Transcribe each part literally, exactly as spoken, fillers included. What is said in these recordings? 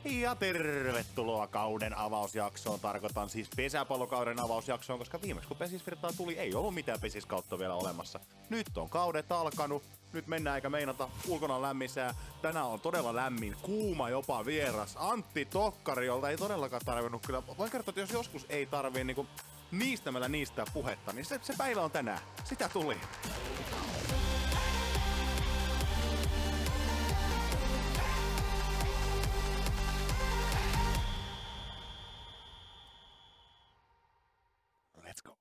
Ja tervetuloa kauden avausjaksoon. Tarkoitan siis pesäpallokauden avausjaksoon, koska viimeksi kun pesisvirtaa tuli, ei ollut mitään pesiskautta vielä olemassa. Nyt on kaudet alkanut. Nyt mennään eikä meinata, ulkona lämmisää. Tänään on todella lämmin, kuuma jopa vieras. Antti Tokkari, jolta ei todellakaan tarvinnut kyllä. Voin kertoa, että jos joskus ei tarvii niinku niistämällä niistä puhetta, niin se, se päivä on tänään. Sitä tuli. Let's go.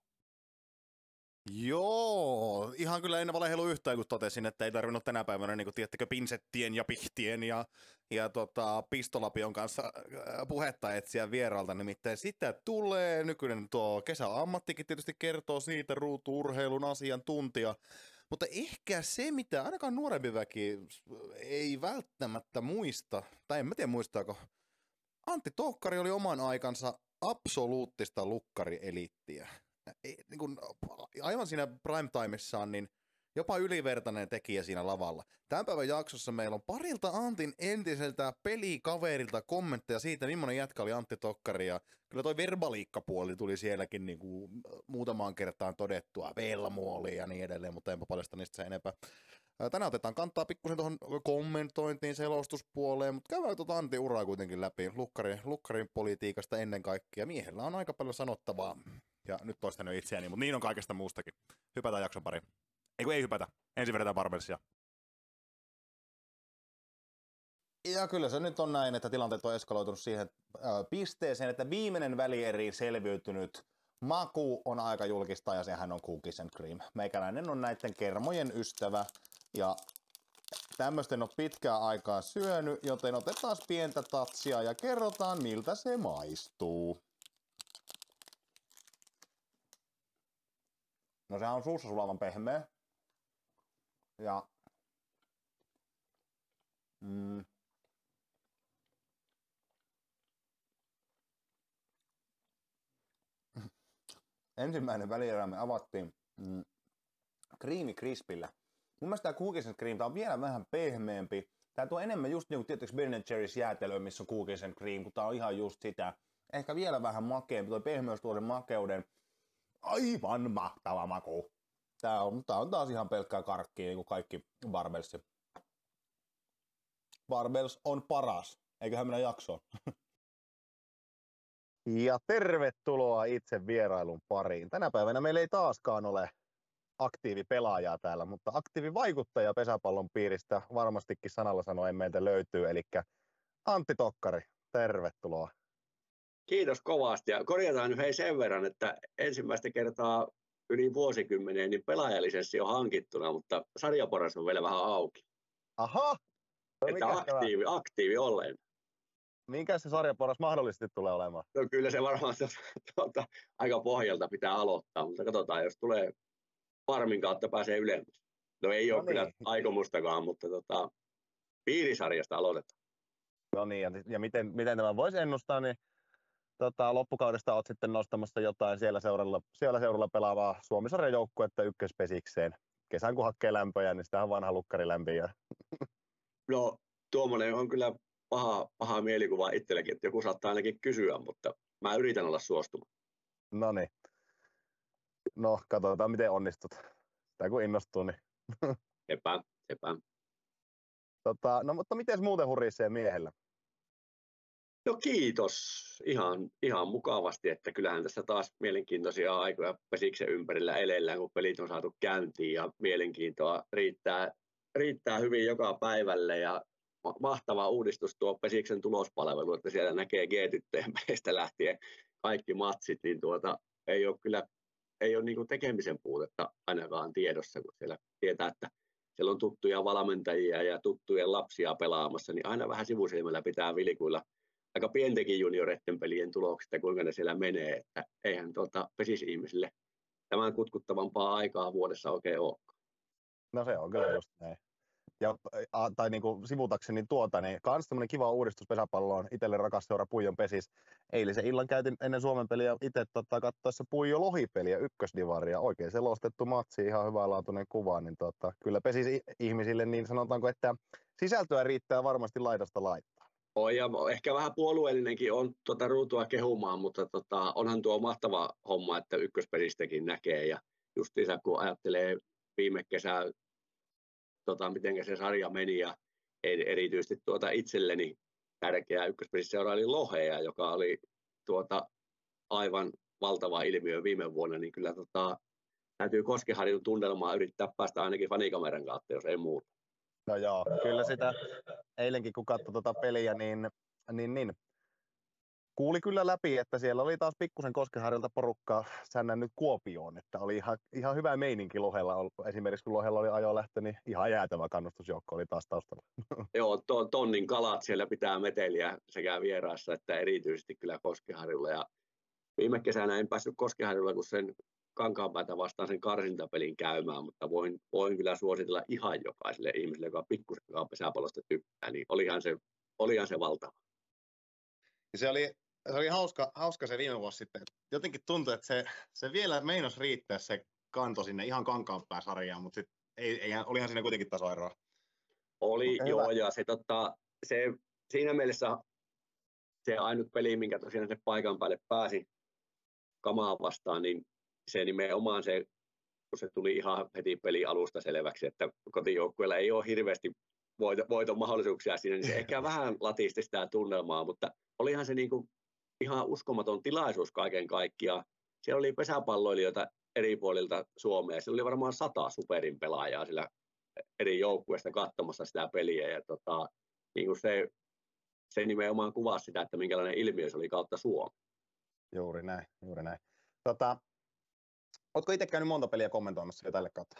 Joo, ihan kyllä en valehdellut yhtään, kun totesin, että ei tarvinnut tänä päivänä, niin kuin tiedättekö, pinsettien ja pihtien ja, ja tota, pistolapion kanssa äh, puhetta etsiä vieraalta. Nimittäin sitä tulee. Nykyinen tuo kesäammattikin tietysti kertoo siitä, ruutu-urheilun asiantuntija. Mutta ehkä se, mitä ainakaan nuorempi väki ei välttämättä muista, tai en mä tiedä muistaako, Antti Tokkari oli oman aikansa absoluuttista lukkarieliittiä. Niin kun, aivan siinä prime-timessaan, niin jopa ylivertainen tekijä siinä lavalla. Tämän päivän jaksossa meillä on parilta Antin entiseltä pelikaverilta kommentteja siitä, millainen jätkä oli Antti Tokkari. Ja kyllä toi verbaliikkapuoli tuli sielläkin niin kuin muutamaan kertaan todettua, velmuoli ja niin edelleen, mutta enpä paljasta niistä sen enempää. Tänään otetaan kantaa pikkusen tuohon kommentointiin, selostuspuoleen, mutta käydään tuota Antin uraa kuitenkin läpi. Lukkari, lukkarin politiikasta ennen kaikkea. Miehellä on aika paljon sanottavaa. Ja nyt toistan jo itseäni, mutta niin on kaikesta muustakin. Hypätään jakson pariin. Ei kun ei hypätä. Ensin vedetään barbelsia. Ja kyllä se nyt on näin, että tilanteet on eskaloitunut siihen äh, pisteeseen, että viimeinen välieri selviytynyt maku on aika julkista ja sehän on cookies and cream. Meikäläinen on näiden kermojen ystävä ja tämmöisten on pitkään aikaa syönyt, joten otetaan pientä tatsia ja kerrotaan miltä se maistuu. No sehän on suussa sulavan pehmeä. Ja mm, ensimmäinen välierä me avattiin mm, creamy crispillä. Mun mielestä tää cookies and cream, tää on vielä vähän pehmeämpi. Tää tuo enemmän just niinku tietysti Ben and Jerry's jäätelöä, missä on cookies and cream, kun tää on ihan just sitä. Ehkä vielä vähän makeampi, toi pehmeys tuo sen makeuden. Aivan mahtava maku. Tää on, tää on taas ihan pelkkää karkkia, niin kuin kaikki barbelsi. Barbels on paras. Eiköhän mennä jaksoon. Ja tervetuloa itse vierailun pariin. Tänä päivänä meillä ei taaskaan ole aktiivipelaajaa täällä, mutta aktiivivaikuttaja pesäpallon piiristä varmastikin sanalla sanoen meiltä löytyy. Eli Antti Tokkari, tervetuloa. Kiitos kovasti ja korjataan nyt hei sen verran, että ensimmäistä kertaa yli vuosikymmeneen niin pelaajalisenssi on hankittuna, mutta sarjaporras on vielä vähän auki. Aha! No, että aktiivi, aktiivi olleen. Minkä se sarjaporras mahdollisesti tulee olemaan? No kyllä se varmaan tuota, aika pohjalta pitää aloittaa, mutta katsotaan, jos tulee farmin kautta pääsee ylemmäs. No ei no ole niin. Kyllä aikomustakaan, mutta tota, piirisarjasta aloitetaan. No niin, ja, ja miten, miten tämä voisi ennustaa, niin Tota, loppukaudesta olet sitten nostamassa jotain siellä seuralla, siellä seuralla pelaavaa Suomi-sarjan joukkuetta ykköspesikseen. Kesän kun hakkee lämpöjä, niin sitähän vanha lukkari lämpiää. No tuommoinen on kyllä paha, paha mielikuva itselläkin, että joku saattaa ainakin kysyä, mutta mä yritän olla suostumaan. No niin. No katsotaan miten onnistut. Sitä kun innostuu, niin... Sepä, sepä. Tota, no mutta miten muuten hurisee miehellä? No kiitos. Ihan, ihan mukavasti, että kyllähän tässä taas mielenkiintoisia aikoja pesiksen ympärillä elellään, kun pelit on saatu käyntiin ja mielenkiintoa riittää, riittää hyvin joka päivälle ja mahtava uudistus tuo pesiksen tulospalvelu, että siellä näkee G-tyttöjen pelistä lähtien kaikki matsit, niin tuota, ei ole kyllä ei ole niin kuin tekemisen puutetta ainakaan tiedossa, kun siellä tietää, että siellä on tuttuja valmentajia ja tuttujen lapsia pelaamassa, niin aina vähän sivusilmällä pitää vilkuilla aika pientekin junioreiden pelien tuloksista, kuinka ne siellä menee, että eihän tuota pesisihmisille tämän kutkuttavampaa aikaa vuodessa oikein ole. No se on kyllä just näin. Ja, tai niin kuin sivutakseni tuota, niin kans tämmöinen kiva uudistus pesäpalloon. Itselle rakas seura Puijon pesis. Eilisen illan käytin ennen Suomen peliä itse tota, katsoessa Puijo Lohi-peliä ykkösdivaria. Oikein selostettu matsi, ihan hyvänlaatuinen kuva. Niin tota, kyllä pesis ihmisille, niin sanotaanko, että sisältöä riittää varmasti laidasta laittaa. on, ja ehkä vähän puolueellinenkin on tuota ruutua kehumaan, mutta tota, onhan tuo mahtava homma, että ykköspelistäkin näkee. Ja justiinsa kun ajattelee viime kesää, tota, miten se sarja meni, ja erityisesti tuota itselleni tärkeää ykköspelissä seuraili Lohea, joka oli tuota, aivan valtava ilmiö viime vuonna, niin kyllä tota, täytyy Koskeharjun tunnelmaa yrittää päästä ainakin fanikameran kautta, jos ei muuta. No joo, kyllä sitä eilenkin kun katsoi tuota peliä, niin, niin, niin kuuli kyllä läpi, että siellä oli taas pikkusen Koskeharjalta porukkaa sännän nyt Kuopioon, että oli ihan, ihan hyvä meininki Lohella ollut. Esimerkiksi kun Lohella oli ajolähtö, niin ihan jäätävä kannustusjoukko oli taas taustalla. Joo, to, tonnin kalat siellä pitää meteliä sekä vieraassa että erityisesti kyllä Koskeharjulla. Ja viime kesänä en päässyt Koskeharjulla, kun sen Kankaanpäätä vastaan sen karsintapelin käymään, mutta voin, voin kyllä suositella ihan jokaiselle ihmiselle, joka pikkusen pesäpallosta tykkää, niin olihan se, olihan se valtava. Se oli, se oli hauska, hauska se viime vuosi sitten. Jotenkin tuntui, että se, se vielä meinas riittää se kanto sinne ihan Kankaanpää-sarjaan, mutta sit ei, ei, olihan siinä kuitenkin tasoeroa. Oli, okay, joo, ja se, tota, se, siinä mielessä se ainut peli, minkä tosiaan se paikan päälle pääsi Kamaa vastaan, niin se nimenomaan se, kun se tuli ihan heti peli alusta selväksi, että kotijoukkueella ei ole hirveästi voiton, voiton mahdollisuuksia siinä, niin se ehkä vähän latisti sitä tunnelmaa, mutta olihan se niin kuin ihan uskomaton tilaisuus kaiken kaikkiaan. Siellä oli pesäpalloilijoita eri puolilta Suomea, siellä oli varmaan sata superin pelaajaa sillä eri joukkueista katsomassa sitä peliä, ja tota, niin kuin se, se nimenomaan kuvasi sitä, että minkälainen ilmiö se oli kautta Suomi. Juuri näin, juuri näin. Tota, oletko itse käynyt monta peliä kommentoimassa jo tälle kautta?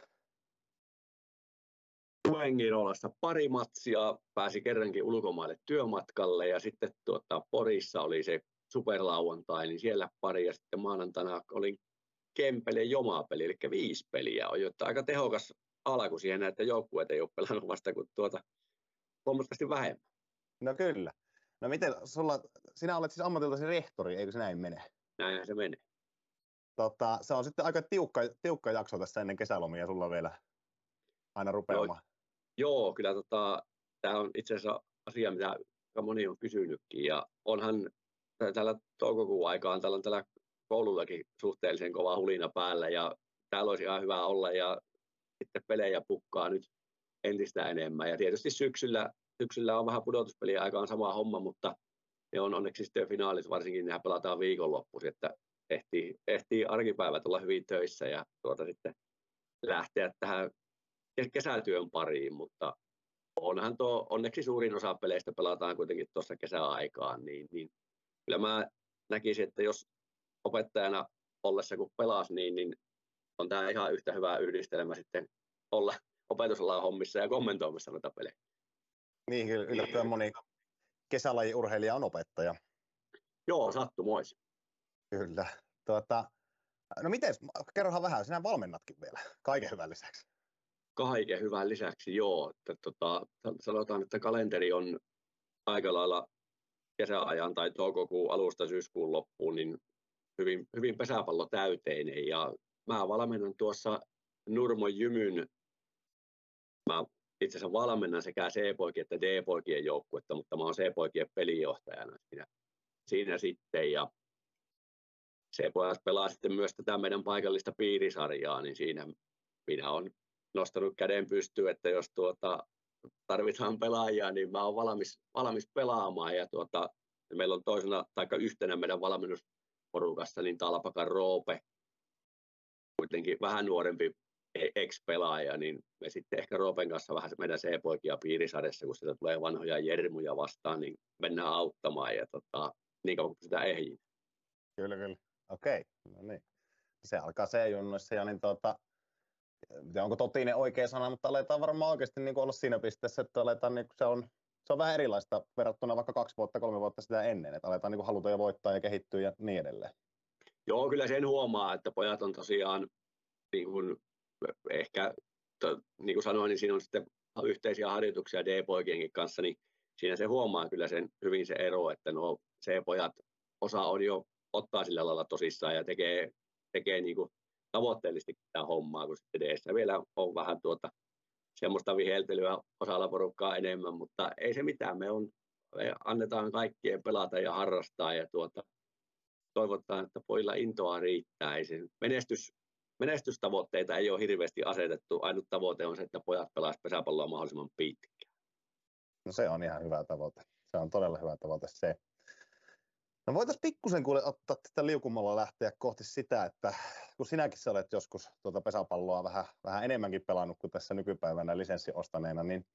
Tuengirolassa pari matsia, pääsi kerrankin ulkomaille työmatkalle, ja sitten tuota, Porissa oli se superlauantai, niin siellä pari, ja sitten maanantaina oli Kempele Joma-peli, eli viisi peliä on, jotta aika tehokas alku siihen, että joukkueet ei ole pelannut vasta kuin tuota, huomattavasti vähemmän. No kyllä. No miten, sulla, sinä olet siis ammatiltasi rehtori, eikö se näin mene? Näinhän se menee. Tota, se on sitten aika tiukka, tiukka jakso tässä ennen kesälomia sulla vielä aina rupeamaan. Joo, joo kyllä tota, tämä on itse asiassa asia, mitä aika moni on kysynytkin, ja onhan tällä toukokuun aikaan, täällä on tällä koulullakin suhteellisen kova hulina päällä, ja täällä olisi ihan hyvä olla, ja sitten pelejä pukkaa nyt entistä enemmän, ja tietysti syksyllä, syksyllä on vähän pudotuspeliä aikaan sama homma, mutta ne on onneksi sitten finaalit, varsinkin nehän pelataan viikonloppuisin, että ehtii, ehtii arkipäivät olla hyvin töissä ja tuota sitten lähteä tähän kesätyön pariin, mutta onhan tuo, onneksi suurin osa peleistä pelataan kuitenkin tuossa kesäaikaan, niin, niin kyllä mä näkisin, että jos opettajana ollessa kun pelas, niin, niin on tämä ihan yhtä hyvä yhdistelmä sitten olla opetusalan hommissa ja kommentoimassa noita pelejä. Niin, kyllä yllättävän moni kesälajiurheilija on opettaja. Joo, sattumoisin. Kyllä. Tuota, no miten, kerrohan vähän, sinä valmennatkin vielä, kaiken hyvän lisäksi. Kaiken hyvän lisäksi, joo. Että, tota, sanotaan, että kalenteri on aika lailla kesäajan tai toukokuun alusta syyskuun loppuun, niin hyvin, hyvin pesäpallo täyteinen. Ja mä valmennan tuossa Nurmon Jymyn, mä itse asiassa valmennan sekä C-poikien että D-poikien joukkuetta, mutta mä oon C-poikien pelijohtajana siinä, siinä sitten. Ja C-pojat pelaa sitten myös tätä meidän paikallista piirisarjaa, niin siinä minä olen nostanut käden pystyyn, että jos tuota, tarvitaan pelaajia, niin mä olen valmis, valmis pelaamaan. Ja tuota, meillä on toisena tai yhtenä meidän valmennusporukassa niin Talpakan Roope, kuitenkin vähän nuorempi ex-pelaaja, niin me sitten ehkä Roopen kanssa vähän meidän C-poikia piirisarjassa, kun sitä tulee vanhoja jermuja vastaan, niin mennään auttamaan ja tota, niin kauan kuin sitä ehjii. Kyllä, kyllä. Okei, no niin. Se alkaa C-junnoissa ja niin tuota, onko totinen oikea sana, mutta aletaan varmaan oikeasti niin olla siinä pisteessä, että aletaan, niin se, on, se on vähän erilaista verrattuna vaikka kaksi vuotta, kolme vuotta sitä ennen, että aletaan niin haluta ja voittaa ja kehittyä ja niin edelleen. Joo, kyllä sen huomaa, että pojat on tosiaan, niin kuin ehkä to, niin kuin sanoin, niin siinä on sitten yhteisiä harjoituksia D-poikienkin kanssa, niin siinä se huomaa kyllä sen hyvin se ero, että nuo C-pojat, osa on jo ottaa sillä lailla tosissaan ja tekee, tekee niin kuin tavoitteellisesti tämä hommaa, kun sitten D-ssä vielä on vähän tuota semmoista viheltelyä osalla porukkaa enemmän, mutta ei se mitään, me on annetaan kaikkien pelata ja harrastaa ja tuota, toivotaan, että pojilla intoa riittää. Ei se menestys, menestystavoitteita ei ole hirveästi asetettu. Ainut tavoite on se, että pojat pelaisivat pesäpalloa mahdollisimman pitkään. No se on ihan hyvä tavoite. Se on todella hyvä tavoite se. No voitaisiin pikkusen kuule ottaa tätä liukumalla lähteä kohti sitä, että kun sinäkin sä olet joskus tuota pesäpalloa vähän, vähän enemmänkin pelannut kuin tässä nykypäivänä lisenssi ostaneena, niin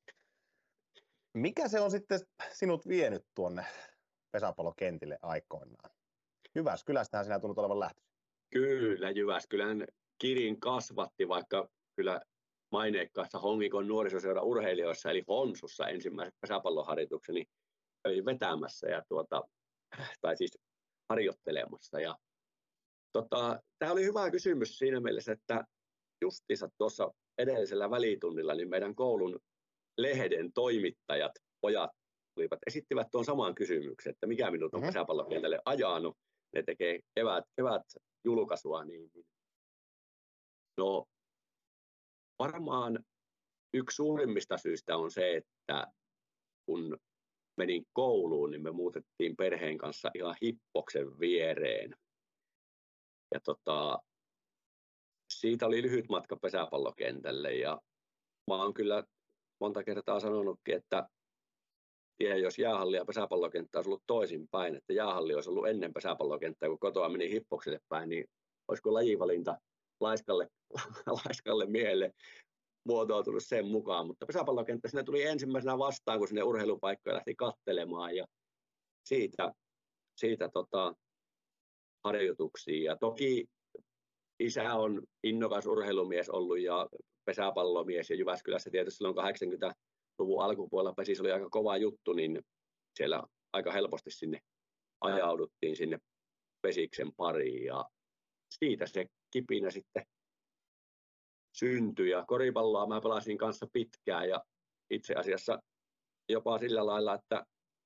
mikä se on sitten sinut vienyt tuonne pesäpallokentille aikoinaan? Jyväskylästähän sinä tunnut olevan lähtöisin. Kyllä, Jyväskylän Kirin kasvatti, vaikka kyllä maineikkaassa Hongikon nuorisoseura urheilijoissa, eli Honsussa ensimmäiset pesäpalloharjoitukseni kävin vetämässä ja tuota, tai siis harjoittelemassa. Ja, tota, tämä oli hyvä kysymys siinä mielessä, että justiinsa tuossa edellisellä välitunnilla niin meidän koulun lehden toimittajat, pojat, tulivat, esittivät tuon saman kysymyksen, että mikä minut on pesäpallokentälle ajanut. Ne tekee kevät, kevät julkaisua. Niin, no, varmaan yksi suurimmista syistä on se, että kun menin kouluun, niin me muutettiin perheen kanssa ihan Hippoksen viereen. Ja tota, siitä oli lyhyt matka pesäpallokentälle ja mä oon kyllä monta kertaa sanonutkin, että tiedä, jos jäähalli ja pesäpallokenttä olisi ollut toisinpäin, että jäähalli olisi ollut ennen pesäpallokenttää, kun kotoa meni Hippokselle päin, niin olisiko lajivalinta laiskalle, laiskalle miehelle muotoutunut sen mukaan, mutta pesäpallokenttä sinne tuli ensimmäisenä vastaan, kun sinne urheilupaikkoja lähti katselemaan ja siitä, siitä tota, harjoituksia. Ja toki isä on innokas urheilumies ollut ja pesäpallomies ja Jyväskylässä tietysti silloin kahdeksankymmentäluvun alkupuolella pesis oli aika kova juttu, niin siellä aika helposti sinne ajauduttiin sinne pesiksen pariin ja siitä se kipinä sitten syntyi ja koripalloa mä pelasin kanssa pitkään ja itse asiassa jopa sillä lailla, että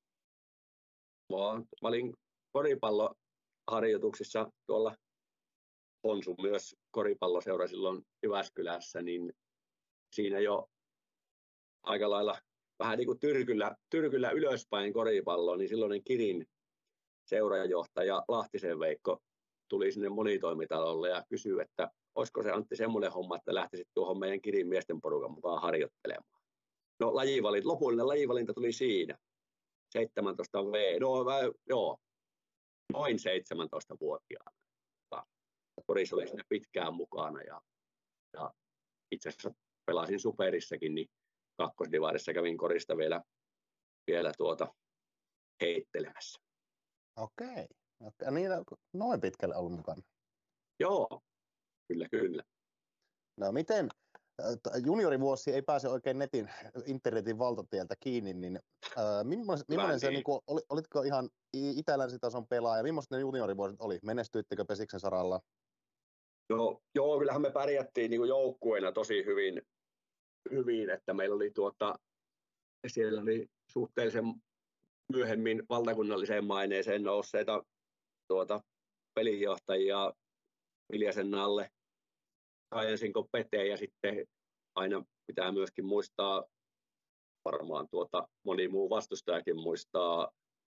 mä olin koripalloharjoituksissa tuolla Honsun myös koripalloseura silloin Jyväskylässä, niin siinä jo aika lailla vähän niin kuin tyrkyllä, tyrkyllä ylöspäin koripalloon, niin silloinen Kirin seurajohtaja Lahtisen Veikko tuli sinne monitoimitalolle ja kysyi, että olisiko se Antti semmoinen homma, että lähtisit tuohon meidän Kirin miesten porukan mukaan harjoittelemaan. No lajivalinta, lopullinen lajivalinta tuli siinä. seitsemäntoista vuotiaana. No mä, joo, noin seitsemäntoista-vuotiaana. Korissa oli siinä pitkään mukana ja, ja itse asiassa pelasin Superissakin, niin kakkosdivarissa kävin korista vielä, vielä tuota heittelemässä. Okei, okei. Niin noin pitkälle ollut mukana. Joo, kyllä, kyllä. No miten, juniorivuosi ei pääse oikein netin, internetin valtatieltä kiinni, niin äh, millainen, millainen se, niin kuin, olitko ihan itä-länsitason pelaaja, millaiset ne juniorivuosit oli? Menestyittekö pesiksen saralla? No joo, kyllähän me pärjättiin niin kuin joukkueena tosi hyvin, hyvin, että meillä oli tuota, siellä oli suhteellisen myöhemmin valtakunnalliseen maineeseen nousseita tuota, pelinjohtajia Viljasen Nalle, Kajansinko Pete ja sitten aina pitää myöskin muistaa, varmaan tuota, moni muu vastustajakin muistaa,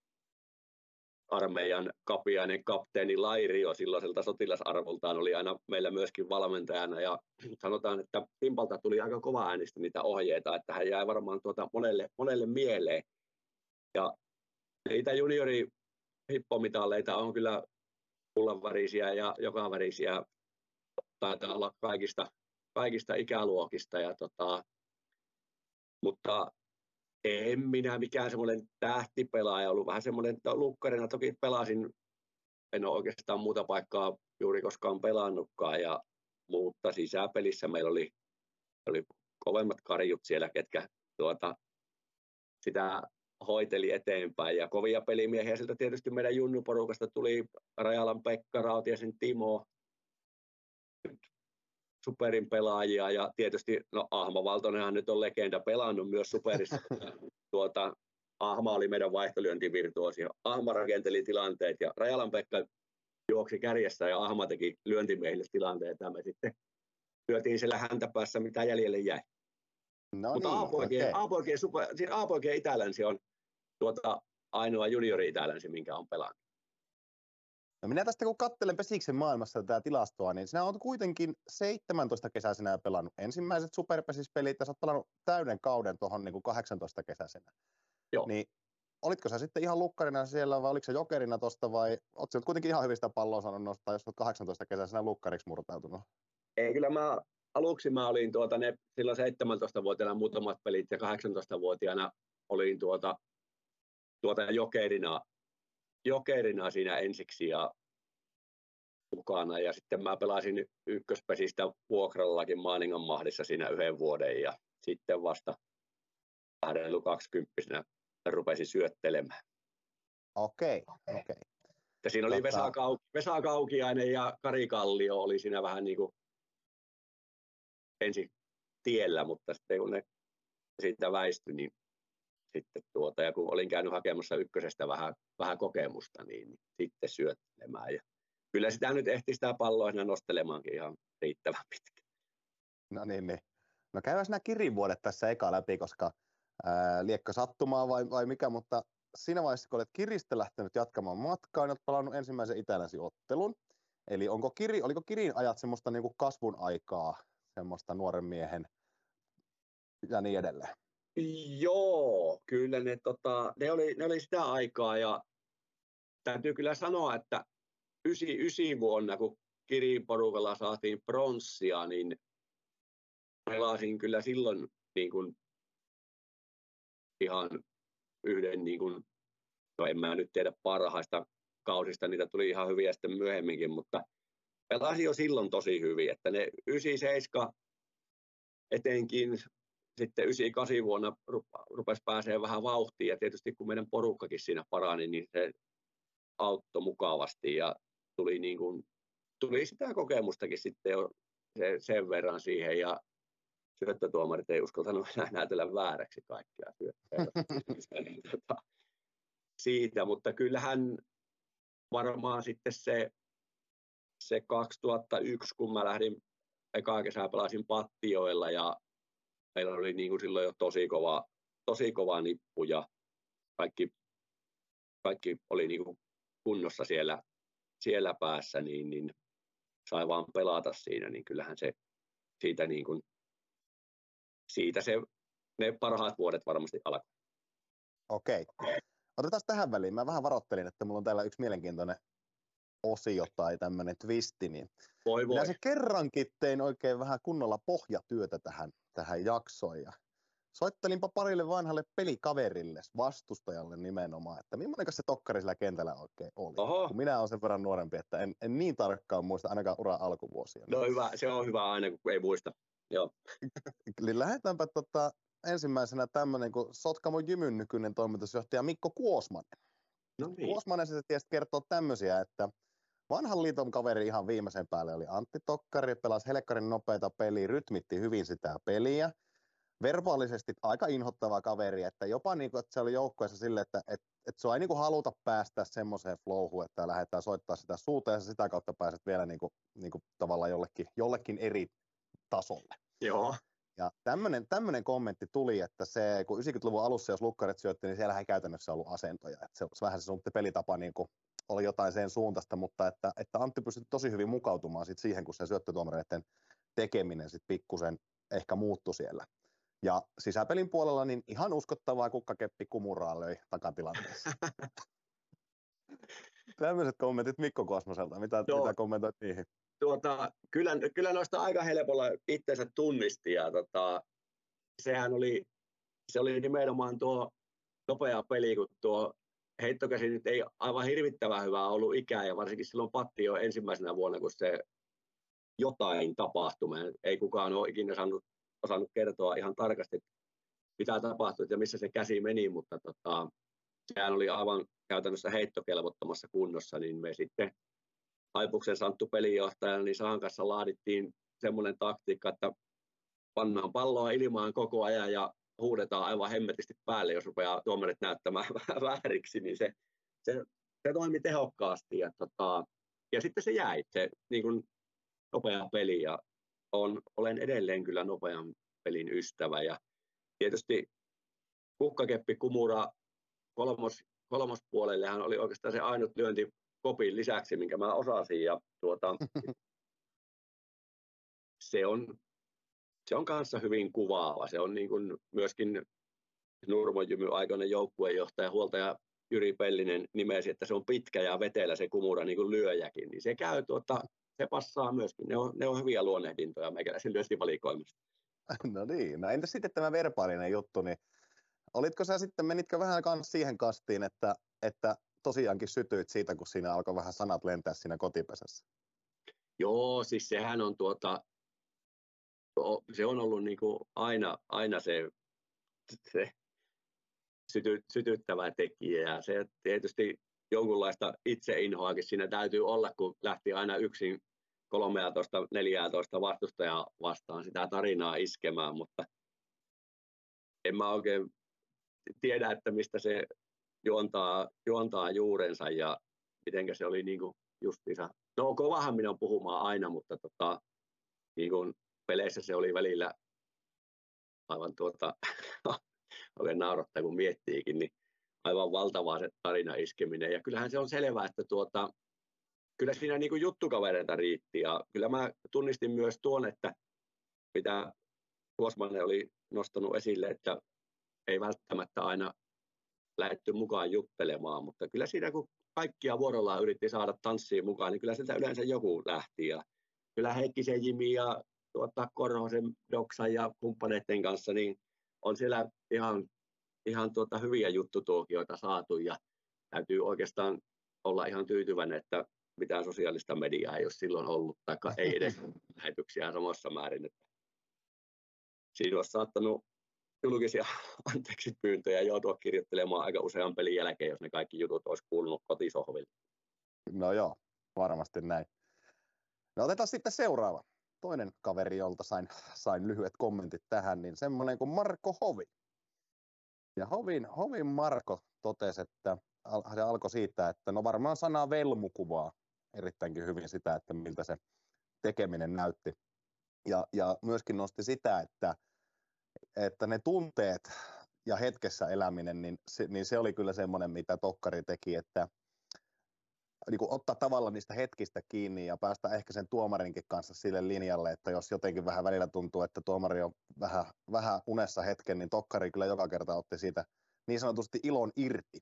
armeijan kapiainen kapteeni Lairio silloiselta sotilasarvoltaan oli aina meillä myöskin valmentajana ja sanotaan, että Timpalta tuli aika kova äänistä niitä ohjeita, että hän jäi varmaan tuota monelle, monelle mieleen. Ja niitä juniori hippomitaleita on kyllä kullanvärisiä ja jokavärisiä, taitaa olla kaikista, kaikista ikäluokista. Ja tota, mutta en minä mikään semmoinen tähtipelaaja ollut, vähän semmoinen, että lukkarina toki pelasin, en ole oikeastaan muuta paikkaa juuri koskaan pelannutkaan, ja, mutta sisäpelissä meillä oli, oli kovemmat karjut siellä, ketkä tuota, sitä hoiteli eteenpäin, ja kovia pelimiehiä sieltä tietysti meidän junnuporukasta tuli Rajalan Pekka, Rautiaisen Timo, Superin pelaajia ja tietysti no, Ahma Valtonenhan nyt on legenda pelannut myös Superissa. tuota, Ahma oli meidän vaihtolyöntivirtuosi. Ahma rakenteli tilanteet ja Rajalan Pekka juoksi kärjessä ja Ahma teki lyöntimiehille tilanteet ja me sitten lyötiin siellä häntä päässä mitä jäljelle jäi. No mutta niin, A-poikien, okay. A-poikien, super, siis A-poikien Itä-Länsi on tuota, ainoa juniori-itälänsä, minkä on pelannut. No minä tästä kun katselen Pesiksen maailmassa tätä tilastoa, niin sinä olet kuitenkin seitsemäntoista kesäisenä pelannut ensimmäiset superpesispelit ja sä oot pelannut täyden kauden tuohon niin kahdeksantoista kesäisenä. Joo. Niin olitko sä sitten ihan lukkarina siellä vai oliko se jokerina tosta vai oot sä kuitenkin ihan hyvistä palloa saanut nostaa, jos olet kahdeksantoista kesäisenä lukkariksi murtautunut? Ei, kyllä mä aluksi mä olin tuota ne silloin seitsemäntoistavuotiaana muutamat pelit ja kahdeksantoistavuotiaana olin tuota, tuota jokerina, jokerina siinä ensiksi ja mukana. Ja sitten mä pelasin ykköspesistä vuokrallakin Maaningan Mahdissa siinä yhden vuoden ja sitten vasta reilu kaksikymppisenä rupesin syöttelemään. Okei, okei. Ja siinä oli tota... Vesa, Kau... Vesa Kaukiainen ja Kari Kallio oli siinä vähän niin kuin ensin tiellä, mutta sitten kun ne siitä väistyi, niin sitten tuota, ja kun olin käynyt hakemassa ykkösestä vähän, vähän kokemusta, niin, niin sitten syöttelemään. Ja kyllä sitä nyt ehti sitä palloa siinä nostelemaankin ihan riittävän pitkä. No niin, niin. No käydään nämä kirivuodet tässä eka läpi, koska ää, liekko sattumaa vai, vai mikä, mutta siinä vaiheessa, kun olet kiristä lähtenyt jatkamaan matkaa, niin olet palannut ensimmäisen itäläsi ottelun. Eli onko kiri, oliko kirin ajat semmoista niin kuin kasvun aikaa, semmoista nuoren miehen ja niin edelleen? Joo, kyllä ne, tota, ne, oli, ne oli sitä aikaa ja täytyy kyllä sanoa, että yhdeksänkymmentäyhdeksän vuonna, kun Kirin porukalla saatiin pronssia, niin pelasin kyllä silloin niin kuin, ihan yhden, niin kuin, no en mä nyt tiedä parhaista kausista, niitä tuli ihan hyviä sitten myöhemminkin, mutta pelasin jo silloin tosi hyvin, että ne yhdeksänkymmentäseitsemän etenkin sitten yhdeksänkymmentäkahdeksan vuonna rupesi pääsemään vähän vauhtiin ja tietysti kun meidän porukkakin siinä parani, niin se auttoi mukavasti ja tuli, niin kuin, tuli sitä kokemustakin sitten jo sen verran siihen ja syöttötuomarit ei uskaltanut enää näytellä vääräksi kaikkia syöttöjä siitä, mutta kyllähän varmaan sitten se, se kaksituhattayksi, kun mä lähdin ekaa kesää pelasin Pattioilla ja meillä oli niin kuin silloin jo tosi kova, tosi kova nippu ja kaikki, kaikki oli niin kuin kunnossa siellä, siellä päässä, niin, niin sai vaan pelata siinä, niin kyllähän se siitä, niin kuin, siitä se, ne parhaat vuodet varmasti alkoi. Okei. Otetaan tähän väliin. Mä vähän varoittelin, että mulla on täällä yksi mielenkiintoinen osio tai tämmöinen twisti, niin voi, voi. minä se kerrankin tein oikein vähän kunnolla pohjatyötä tähän, tähän jaksoon ja soittelinpa parille vanhalle pelikaverille, vastustajalle nimenomaan, että millainen se tokkari sillä kentällä oikein oli. Oho. Kun minä olen sen verran nuorempi, että en, en niin tarkkaan muista ainakaan uran alkuvuosia. No hyvä, se on hyvä aina, kun ei muista. Joo. Eli lähdetäänpä tota, ensimmäisenä tämmöinen kuin Sotkamo Jymyn nykyinen toimitusjohtaja Mikko Kuosmanen. No niin. Kuosmanen se tietysti kertoo tämmöisiä, että vanhan liiton kaveri ihan viimeisen päälle oli Antti Tokkari, pelasi helkkarin nopeita peliä, rytmitti hyvin sitä peliä. Verbaalisesti aika inhottava kaveri, että jopa niin kuin, että se oli joukkueessa silleen, että et, et sua ei niin kuin haluta päästä semmoiseen flowhun, että lähdetään soittaa sitä suuta ja sitä kautta pääset vielä niin kuin, niin kuin tavallaan jollekin, jollekin eri tasolle. Joo. Ja tämmöinen, tämmöinen kommentti tuli, että se, kun yhdeksänkymmentäluvun alussa, jos lukkarit syötti, niin siellä ei käytännössä ollut asentoja. Että se, vähän se sun pelitapa niin kuin oli jotain sen suuntaista, mutta että, että Antti pystyi tosi hyvin mukautumaan sit siihen, kun se syöttötuomareiden tekeminen sit pikkusen ehkä muuttui siellä. Ja sisäpelin puolella niin ihan uskottavaa kukkakeppi kumuraa löi takatilanteessa. Tämmöiset kommentit Mikko Kuosmaselta. Mitä, mitä kommentoit niihin? Tuota, kyllä, kyllä noista aika helpolla itsensä tunnisti. Ja tota, sehän oli, se oli nimenomaan tuo nopea peli, kun tuo heittokäsi nyt ei aivan hirvittävän hyvää ollut ikää. Ja varsinkin silloin Patti jo ensimmäisenä vuonna, kun se jotain tapahtui. Ei kukaan ole ikinä saanut osannut kertoa ihan tarkasti, mitä tapahtui ja missä se käsi meni, mutta tota, sehän oli aivan käytännössä heittokelvottomassa kunnossa, niin me sitten Haipuksen Santtu pelinjohtajana, niin Sahan kanssa laadittiin semmoinen taktiikka, että pannaan palloa ilmaan koko ajan ja huudetaan aivan hemmetisti päälle, jos rupeaa tuomarit näyttämään vääriksi, niin se, se, se toimi tehokkaasti. Ja, tota, ja sitten se jäi, se niin kuin nopea peli, ja on, olen edelleen kyllä nopean pelin ystävä. Ja tietysti kukkakeppi Kumura kolmos kolmospuolellehan oli oikeastaan se ainut lyönti kopin lisäksi, minkä mä osasin. Ja tuota, se on, se on kanssa hyvin kuvaava. Se on niin kuin myöskin Nurmon Jymy aikainen joukkueenjohtaja, huoltaja Jyri Pellinen nimesi, että se on pitkä ja vetelä se kumura niin kuin lyöjäkin. Niin se käy, tuota, se passaa myöskin. Ne on, ne on hyviä luonnehdintoja meikäläisen lyöntivalikoimista. No niin, no entäs sitten tämä verbaalinen juttu, niin olitko sä sitten, menitkö vähän kanssa siihen kastiin, että, että tosiaankin sytyit siitä, kun siinä alkoi vähän sanat lentää siinä kotipesässä? Joo, siis sehän on tuota, se on ollut niin kuin aina, aina se, se syty, sytyttävä tekijä ja se tietysti jonkunlaista itseinhoakin siinä täytyy olla, kun lähti aina yksin kolmetoista neljätoista vastustajaa vastaan sitä tarinaa iskemään, mutta en mä oikein tiedä, että mistä se juontaa, juontaa juurensa ja mitenkä se oli niin kuin justiinsa. No kovahan minä on puhumaan aina, mutta tota, niin kuin peleissä se oli välillä aivan tuota, oikein naurattaa kun miettiikin, niin aivan valtavaa se tarina iskeminen. Ja kyllähän se on selvää, että tuota, kyllä siinä niin kuin juttukavereita riitti ja kyllä mä tunnistin myös tuon, että mitä Kuosmanen oli nostanut esille, että ei välttämättä aina lähdetty mukaan juttelemaan, mutta kyllä siinä kun kaikkia vuorollaan yritti saada tanssiin mukaan, niin kyllä sieltä yleensä joku lähti. Ja kyllä Heikkisen Jimi ja tuota, Korhosen Doksan ja kumppaneiden kanssa niin on siellä ihan, ihan tuota, hyviä juttutuokioita saatu ja täytyy oikeastaan olla ihan tyytyväinen, että mitään sosiaalista mediaa ei ole silloin ollut, tai ei edes lähetyksiä samassa määrin. Että siinä olisi saattanut julkisia anteeksi pyyntöjä joutua kirjoittelemaan aika usean pelin jälkeen, jos ne kaikki jutut olisi kuulunut kotisohville. No joo, varmasti näin. No otetaan sitten seuraava. Toinen kaveri, jolta sain, sain lyhyet kommentit tähän, niin semmoinen kuin Marko Hovi. Ja Hovin, Hovin Marko totesi, että se alkoi siitä, että no varmaan sanaa velmu kuvaa erittäinkin hyvin sitä, että miltä se tekeminen näytti. Ja, ja myöskin nosti sitä, että, että ne tunteet ja hetkessä eläminen, niin se, niin se oli kyllä semmoinen, mitä Tokkari teki, että niin kuin ottaa tavallaan niistä hetkistä kiinni ja päästä ehkä sen tuomarinkin kanssa sille linjalle, että jos jotenkin vähän välillä tuntuu, että tuomari on vähän, vähän unessa hetken, niin Tokkari kyllä joka kerta otti siitä niin sanotusti ilon irti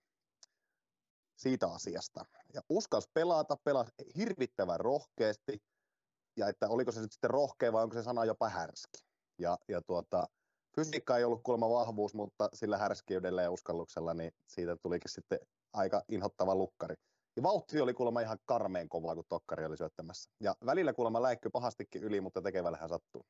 siitä asiasta. Ja uskalsi pelata, pelasi hirvittävän rohkeasti, ja että oliko se sitten rohkea vai onko se sana jopa härski. Ja, ja tuota, fysiikka ei ollut kuulemma vahvuus, mutta sillä härskiydellä ja uskalluksella, niin siitä tulikin sitten aika inhottava lukkari. Ja vauhti oli kuulemma ihan karmeen kovaa, kun Tokkari oli syöttämässä. Ja välillä kuulemma läikky pahastikin yli, mutta tekevällähän sattuu.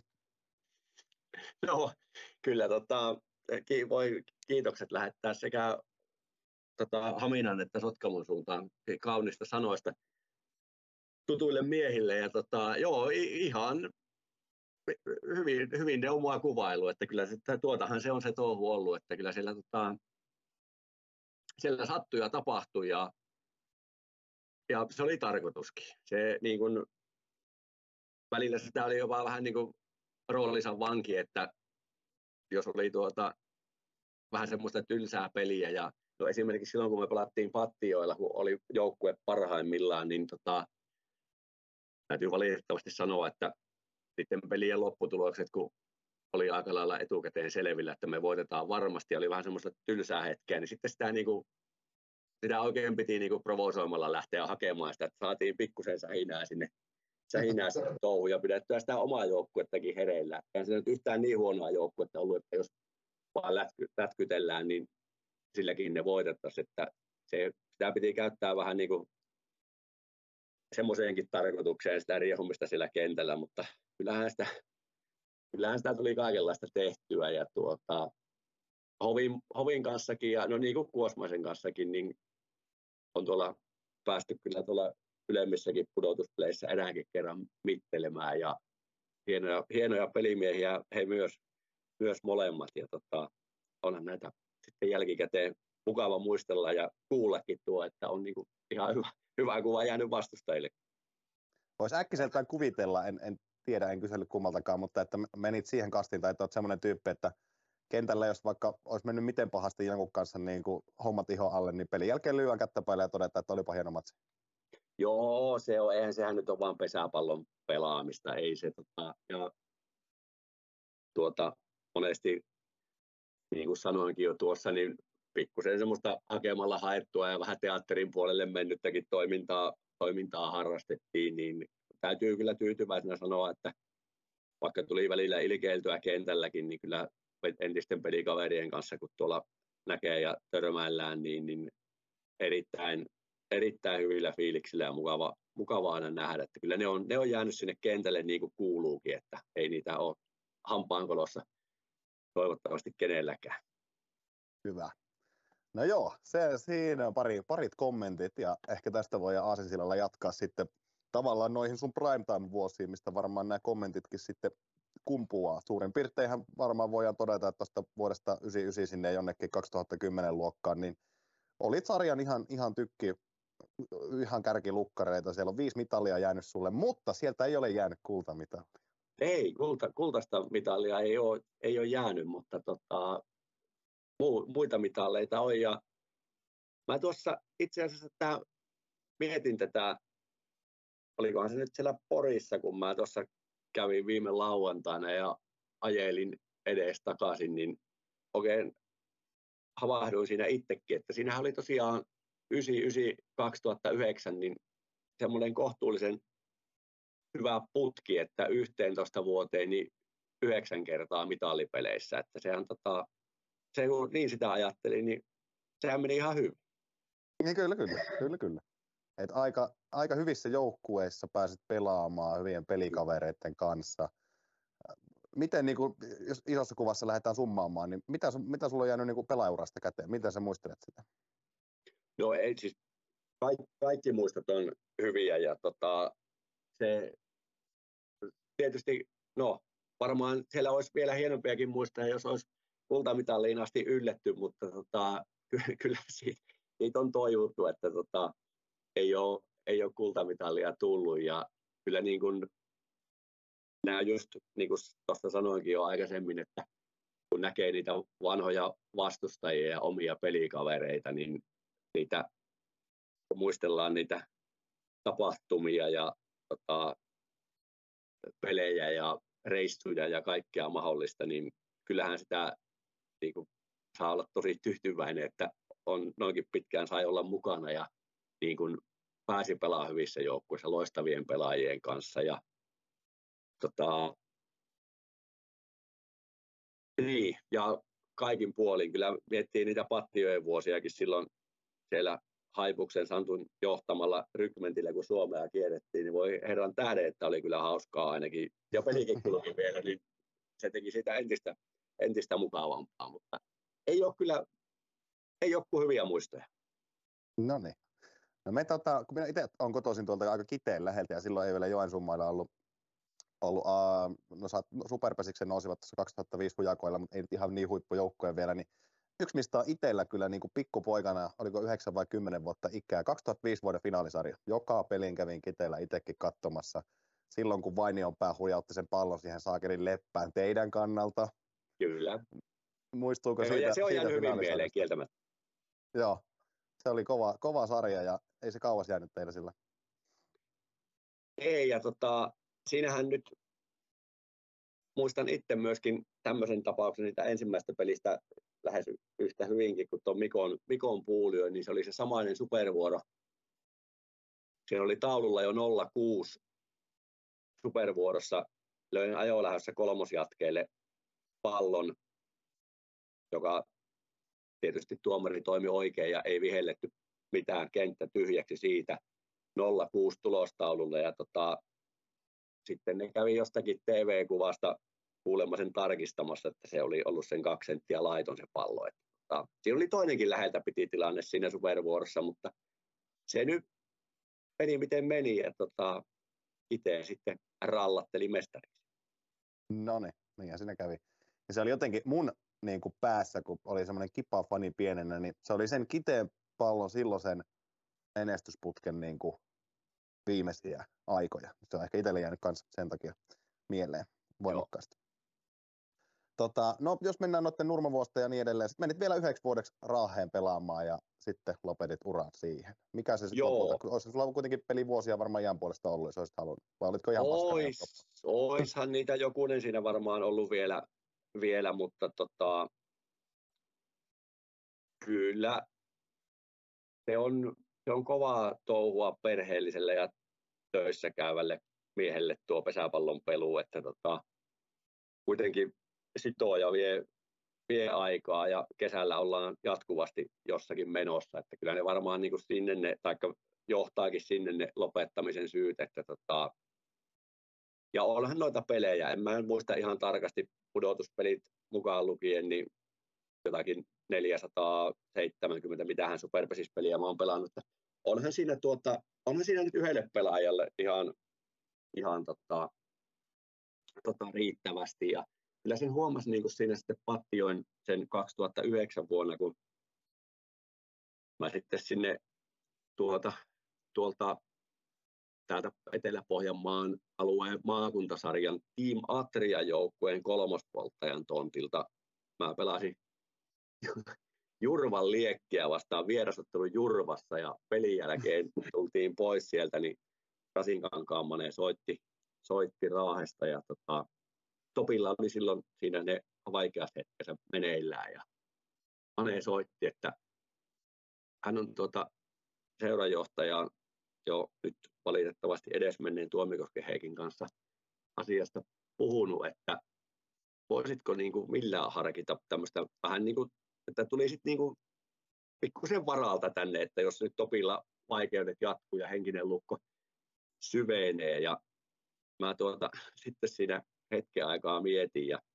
No, kyllä tota, ki- voi kiitokset lähettää sekä tota, Haminan että Sotkamon suuntaan kaunista sanoista tutuille miehille. Ja tota, joo, ihan hyvin, hyvin ne on mua kuvailu, että kyllä se, tuotahan se on se touhu ollut, että kyllä siellä, tota, siellä sattui ja tapahtui ja Ja se oli tarkoituskin. Se, niin kun, välillä sitä oli jopa vähän niin kuin roolinsa vanki, että jos oli tuota, vähän semmoista tylsää peliä. Ja, no esimerkiksi silloin, kun me pelattiin Pattioilla, kun oli joukkue parhaimmillaan, niin tota, täytyy valitettavasti sanoa, että sitten pelien lopputulokset, kun oli aika lailla etukäteen selvillä, että me voitetaan varmasti, oli vähän semmoista tylsää hetkeä, niin sitten sitä niin kuin sitä oikein piti niinku provosoimalla lähteä hakemaan sitä, että saatiin pikkusen sähinää sinne, sähinää sinne touhuun ja pidettyä sitä omaa joukkuettakin hereillä. Eihän se nyt yhtään niin huonoa joukkuetta ollut, että jos vaan lätky, lätkytellään, niin silläkin ne voitettaisiin. Että se, sitä piti käyttää vähän niin kuin semmoiseenkin tarkoitukseen sitä riehumista sillä kentällä, mutta kyllähän sitä, kyllähän sitä tuli kaikenlaista tehtyä. Ja tuota, Hovin, Hovin kanssakin ja no niin kuin Kuosmaisen kanssakin, niin on tuolla päästy kyllä tuolla ylemmissäkin pudotuspeleissä eräänkin kerran mittelemään ja hienoja, hienoja pelimiehiä he myös, myös molemmat ja tota, onhan näitä sitten jälkikäteen mukava muistella ja kuullakin tuo, että on niinku ihan hyvä, hyvä kuva jäänyt vastustajille. Voisi äkkiseltään kuvitella, en, en tiedä, en kysellyt kummaltakaan, mutta että menit siihen kastiin tai että olet semmoinen tyyppi, että kentällä, jos vaikka olisi mennyt miten pahasti jonkun kanssa niin kuin hommat ihon alle, niin pelin jälkeen lyödään kättä päälle ja todetaan, että olipa hieno matsi. Joo, se on, eihän sehän nyt ole vaan pesäpallon pelaamista, ei se tota, ja tuota, monesti, niin kuin sanoinkin jo tuossa, niin pikkusen semmoista hakemalla haettua ja vähän teatterin puolelle mennyttäkin toimintaa, toimintaa harrastettiin, niin täytyy kyllä tyytyväisenä sanoa, että vaikka tuli välillä ilkeiltyä kentälläkin, niin kyllä entisten pelikaverien kanssa, kun tuolla näkee ja törmäillään, niin, niin erittäin, erittäin hyvillä fiiliksillä ja mukava, mukava aina nähdä, että kyllä ne on, ne on jäänyt sinne kentälle niin kuin kuuluukin, että ei niitä ole hampaankolossa toivottavasti kenelläkään. Hyvä. No joo, se, siinä on pari, parit kommentit ja ehkä tästä voi aasinsillalla jatkaa sitten tavallaan noihin sun primetime-vuosiin, mistä varmaan nämä kommentitkin sitten kumpuaa. Suurin piirteinhän varmaan voidaan todeta, että tuosta vuodesta yhdeksänkymmentäyhdeksän sinne jonnekin kaksituhattakymmenen luokkaan, niin olit sarjan ihan, ihan tykki, ihan kärkilukkareita. Siellä on viisi mitalia jäänyt sulle, mutta sieltä ei ole jäänyt kultamitalia. Ei, kulta, kultaista mitalia ei ole, ei ole jäänyt, mutta tota, muita mitaleita on. Ja mä tuossa itse asiassa tää, mietin tätä, olikohan se nyt siellä Porissa, kun mä tuossa kävin viime lauantaina ja ajelin edes takaisin, niin oikein havahduin siinä itsekin, että siinähän oli tosiaan yhdeksänkymmentäyhdeksän kaksituhattayhdeksän niin semmoinen kohtuullisen hyvä putki, että yhteentoista vuoteen niin yhdeksän kertaa mitalipeleissä, että sehän tota, se kun niin sitä ajattelin, niin sehän meni ihan hyvin. Niin kyllä, kyllä, kyllä, kyllä. Et aika, aika hyvissä joukkueissa pääsit pelaamaan hyvien pelikavereiden kanssa. Miten, niin kuin, jos isossa kuvassa lähdetään summaamaan, niin mitä, mitä sulla on jäänyt niin kuin pelaajaurasta käteen? Miten sä muistelet sitä? No ei siis, kaikki, kaikki muistot on hyviä ja tota, se tietysti, no varmaan siellä olisi vielä hienompiakin muistoja, jos olisi kultamitaliin asti ylletty, mutta tota, kyllä siitä, siitä on toivottu, että tota, ei ole, ei ole kultamitalia tullut ja kyllä niin kuin nämä just, niin kuin tuosta sanoinkin jo aikaisemmin, että kun näkee niitä vanhoja vastustajia ja omia pelikavereita, niin niitä, kun muistellaan niitä tapahtumia ja tota, pelejä ja reissuja ja kaikkea mahdollista, niin kyllähän sitä niin kuin, saa olla tosi tyytyväinen, että on noinkin pitkään sai olla mukana ja niin kuin, pääsi pelaamaan hyvissä joukkueissa loistavien pelaajien kanssa. Ja, tota, niin, ja kaikin puolin kyllä miettii niitä Pattijoen vuosiakin silloin siellä Haipuksen Santun johtamalla rykmentillä, kun Suomea kierrettiin, niin voi herran tähden, että oli kyllä hauskaa ainakin. Ja pelikin kulki vielä, niin se teki sitä entistä, entistä mukavampaa, mutta ei ole kyllä, ei ole kuin hyviä muistoja. No niin. No me tota, kun minä itse olen kotoisin tuolta aika Kiteen läheltä ja silloin ei vielä Joensuun mailla ollut, ollut uh, no, Superpesiksen nousivat tuossa kaksituhattaviisi hujakoilla, mutta ei nyt ihan niin huippujoukkoja vielä, niin yksi mistä on itsellä kyllä niin kuin pikkupoikana, oliko yhdeksän vai kymmenen vuotta ikää, kaksituhattaviisi vuoden finaalisarja. Joka pelin kävin Kiteellä itsekin katsomassa. Silloin kun Vainionpää hujautti sen pallon siihen saakelin leppään teidän kannalta. Kyllä. Muistuuko se siitä? Ja se on siitä jäänyt hyvin mieleen kieltämättä. Joo, se oli kova, kova sarja ja ei se kauas jäänyt teillä sillä. Ei, ja tota, siinähän nyt muistan itse myöskin tämmöisen tapauksen siitä ensimmäisestä pelistä lähes yhtä hyvinkin kuin tuon Mikon, Mikon puulio, niin se oli se samainen supervuoro. Siinä oli taululla jo nolla kuusi supervuorossa. Löin ajolähdössä kolmosjatkeelle pallon, joka tietysti tuomari toimi oikein ja ei vihelletty mitään, kenttä tyhjäksi siitä. nolla kuusi tulostaululle ja tota, sitten ne kävi jostakin T V-kuvasta kuulemma sen tarkistamassa, että se oli ollut sen kaksi senttiä laiton se pallo. Että, tota, siinä oli toinenkin läheltä piti tilanne siinä supervuorossa, mutta se nyt meni miten meni ja tota, itse sitten rallatteli mestariksi. No niin, niin siinä kävi. Ja se oli jotenkin mun niin kuin päässä, kun oli semmoinen Kipa-fani pienenä, niin se oli sen Kiteen pallon silloisen menestysputken niin kuin viimeisiä aikoja. Se on ehkä itselle jäänyt myös sen takia mieleen voimakkaasti. Tota, no, jos mennään noiden nurmavuosta ja niin edelleen, sitten menit vielä yhdeksi vuodeksi Raaheen pelaamaan ja sitten lopetit uran siihen. Mikä se sitten lopulta, olisi sulla kuitenkin pelivuosia varmaan jään puolesta ollut, jos olisit halunnut, vai olitko ihan paskana? Ois, oishan niitä jokunen siinä varmaan ollut vielä, vielä mutta tota, kyllä se on, se on kovaa touhua perheelliselle ja töissä käyvälle miehelle tuo pesäpallon pelu, että tota, kuitenkin sitoo ja vie, vie aikaa ja kesällä ollaan jatkuvasti jossakin menossa, että kyllä ne varmaan niin kuin sinne ne, taikka johtaakin sinne ne lopettamisen syyt, että tota, ja onhan noita pelejä, en mä en muista ihan tarkasti pudotuspelit mukaan lukien, niin jotakin neljäsataaseitsemänkymmentä, mitähän superpesispeliä mä oon pelannut. Onhan siinä, tuota, onhan siinä nyt yhdelle pelaajalle ihan, ihan tota, tota riittävästi. Ja kyllä sen huomasi niin kuin siinä sitten pattioin sen kaksituhattayhdeksän vuonna, kun mä sitten sinne tuota, tuolta täältä Etelä-Pohjanmaan alueen maakuntasarjan Team Atrian joukkueen kolmospolttajan tontilta. Mä pelasin Jurvan Liekkiä vastaan vierasottelu Jurvassa ja pelin jälkeen tultiin pois sieltä, niin Rasinkankaan Mane soitti, soitti Raahesta ja tota, Topilla oli silloin siinä ne vaikeassa hetkessä meneillään ja Mane soitti, että hän on tuota seurajohtaja jo nyt valitettavasti edesmenneen Tuomikosken Heikin kanssa asiasta puhunut, että voisitko niin kuin millään harkita tämmöistä vähän niin kuin, että tuli sitten niin kuin pikkusen varalta tänne, että jos nyt Topilla vaikeudet jatkuu ja henkinen lukko syvenee ja mä tuota sitten siinä hetken aikaa mietin ja,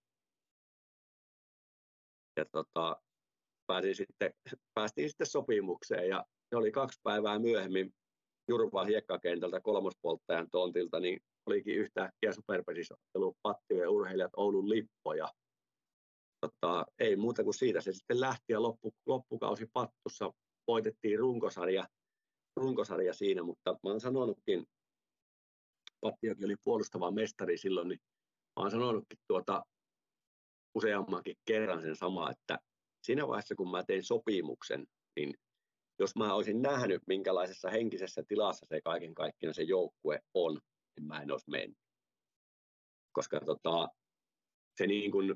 ja tota, pääsin sitten, päästiin sitten sopimukseen ja se oli kaksi päivää myöhemmin Jurvan hiekkakentältä kolmospolttajan tontilta, niin olikin yhtäkkiä superpesisottelu Pattioiden urheilijat Oulun Lippoja. Tota, ei muuta kuin siitä se sitten lähti ja loppu, loppukausi Pattussa voitettiin runkosarja, runkosarja siinä, mutta mä oon sanonutkin, Pattiokin oli puolustava mestari silloin, niin mä oon sanonutkin tuota useammankin kerran sen sama, että siinä vaiheessa kun mä tein sopimuksen, niin jos mä olisin nähnyt, minkälaisessa henkisessä tilassa se kaiken kaikkiaan se joukkue on, niin mä en olisi mennyt. Koska tota, se niin kuin,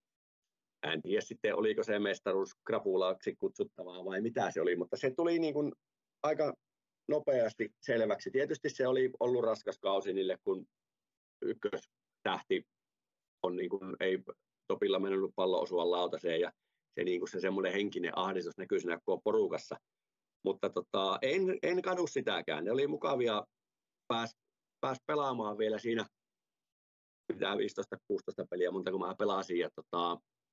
en tiedä sitten, oliko se mestaruus krapulaaksi kutsuttavaa vai mitä se oli, mutta se tuli niin kuin aika nopeasti selväksi. Tietysti se oli ollut raskas kausi niille, kun ykköstähti on niin kuin, ei Topilla mennyt pallo osua lautaseen ja se, niin kuin se semmoinen henkinen ahdistus näkyy siinä koko porukassa. Mutta tota, en, en kadu sitäkään. Ne oli mukavia, pääs, pääs pelaamaan vielä siinä pitää viisitoista kuusitoista peliä, monta kun mä pelasin. Ja, tota,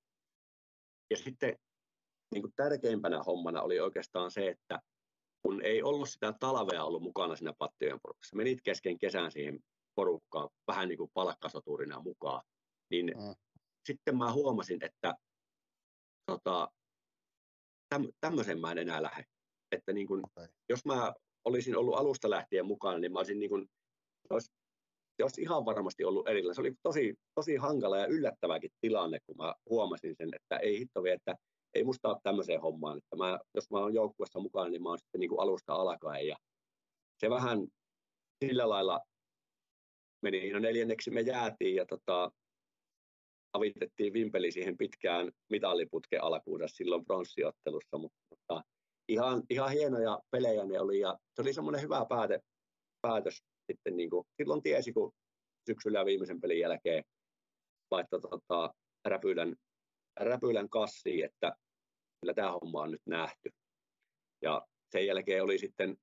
ja sitten niin kuin tärkeimpänä hommana oli oikeastaan se, että kun ei ollut sitä talvea ollut mukana siinä Pattioiden porukassa, menit kesken kesän siihen porukkaan vähän niin kuin palkkasoturina mukaan, niin mm. sitten mä huomasin, että tota, täm, tämmöisen mä en enää lähde. Että niin kun, okay. Jos mä olisin ollut alusta lähtien mukana, niin mä olisin niin kun, olisi, olisi ihan varmasti ollut erilainen. Se oli tosi, tosi hankala ja yllättäväkin tilanne, kun mä huomasin sen, että ei hittovi, että ei musta ole tämmöiseen hommaan. Että mä, jos mä olen joukkueessa mukana, niin mä olen sitten niin kuin alusta alkaen. Ja se vähän sillä lailla meni, no neljänneksi me jäätiin ja tota, avitettiin vimpeli siihen pitkään mitalliputken alkuunsa silloin pronssiottelussa, mutta tota, Ihan, ihan hienoja pelejä ne oli ja se oli semmoinen hyvä pääte, päätös sitten niin kuin, silloin tiesi, kun syksyllä viimeisen pelin jälkeen laittoi tota, räpylän, räpylän kassiin, että kyllä tämä homma on nyt nähty. Ja sen jälkeen oli sitten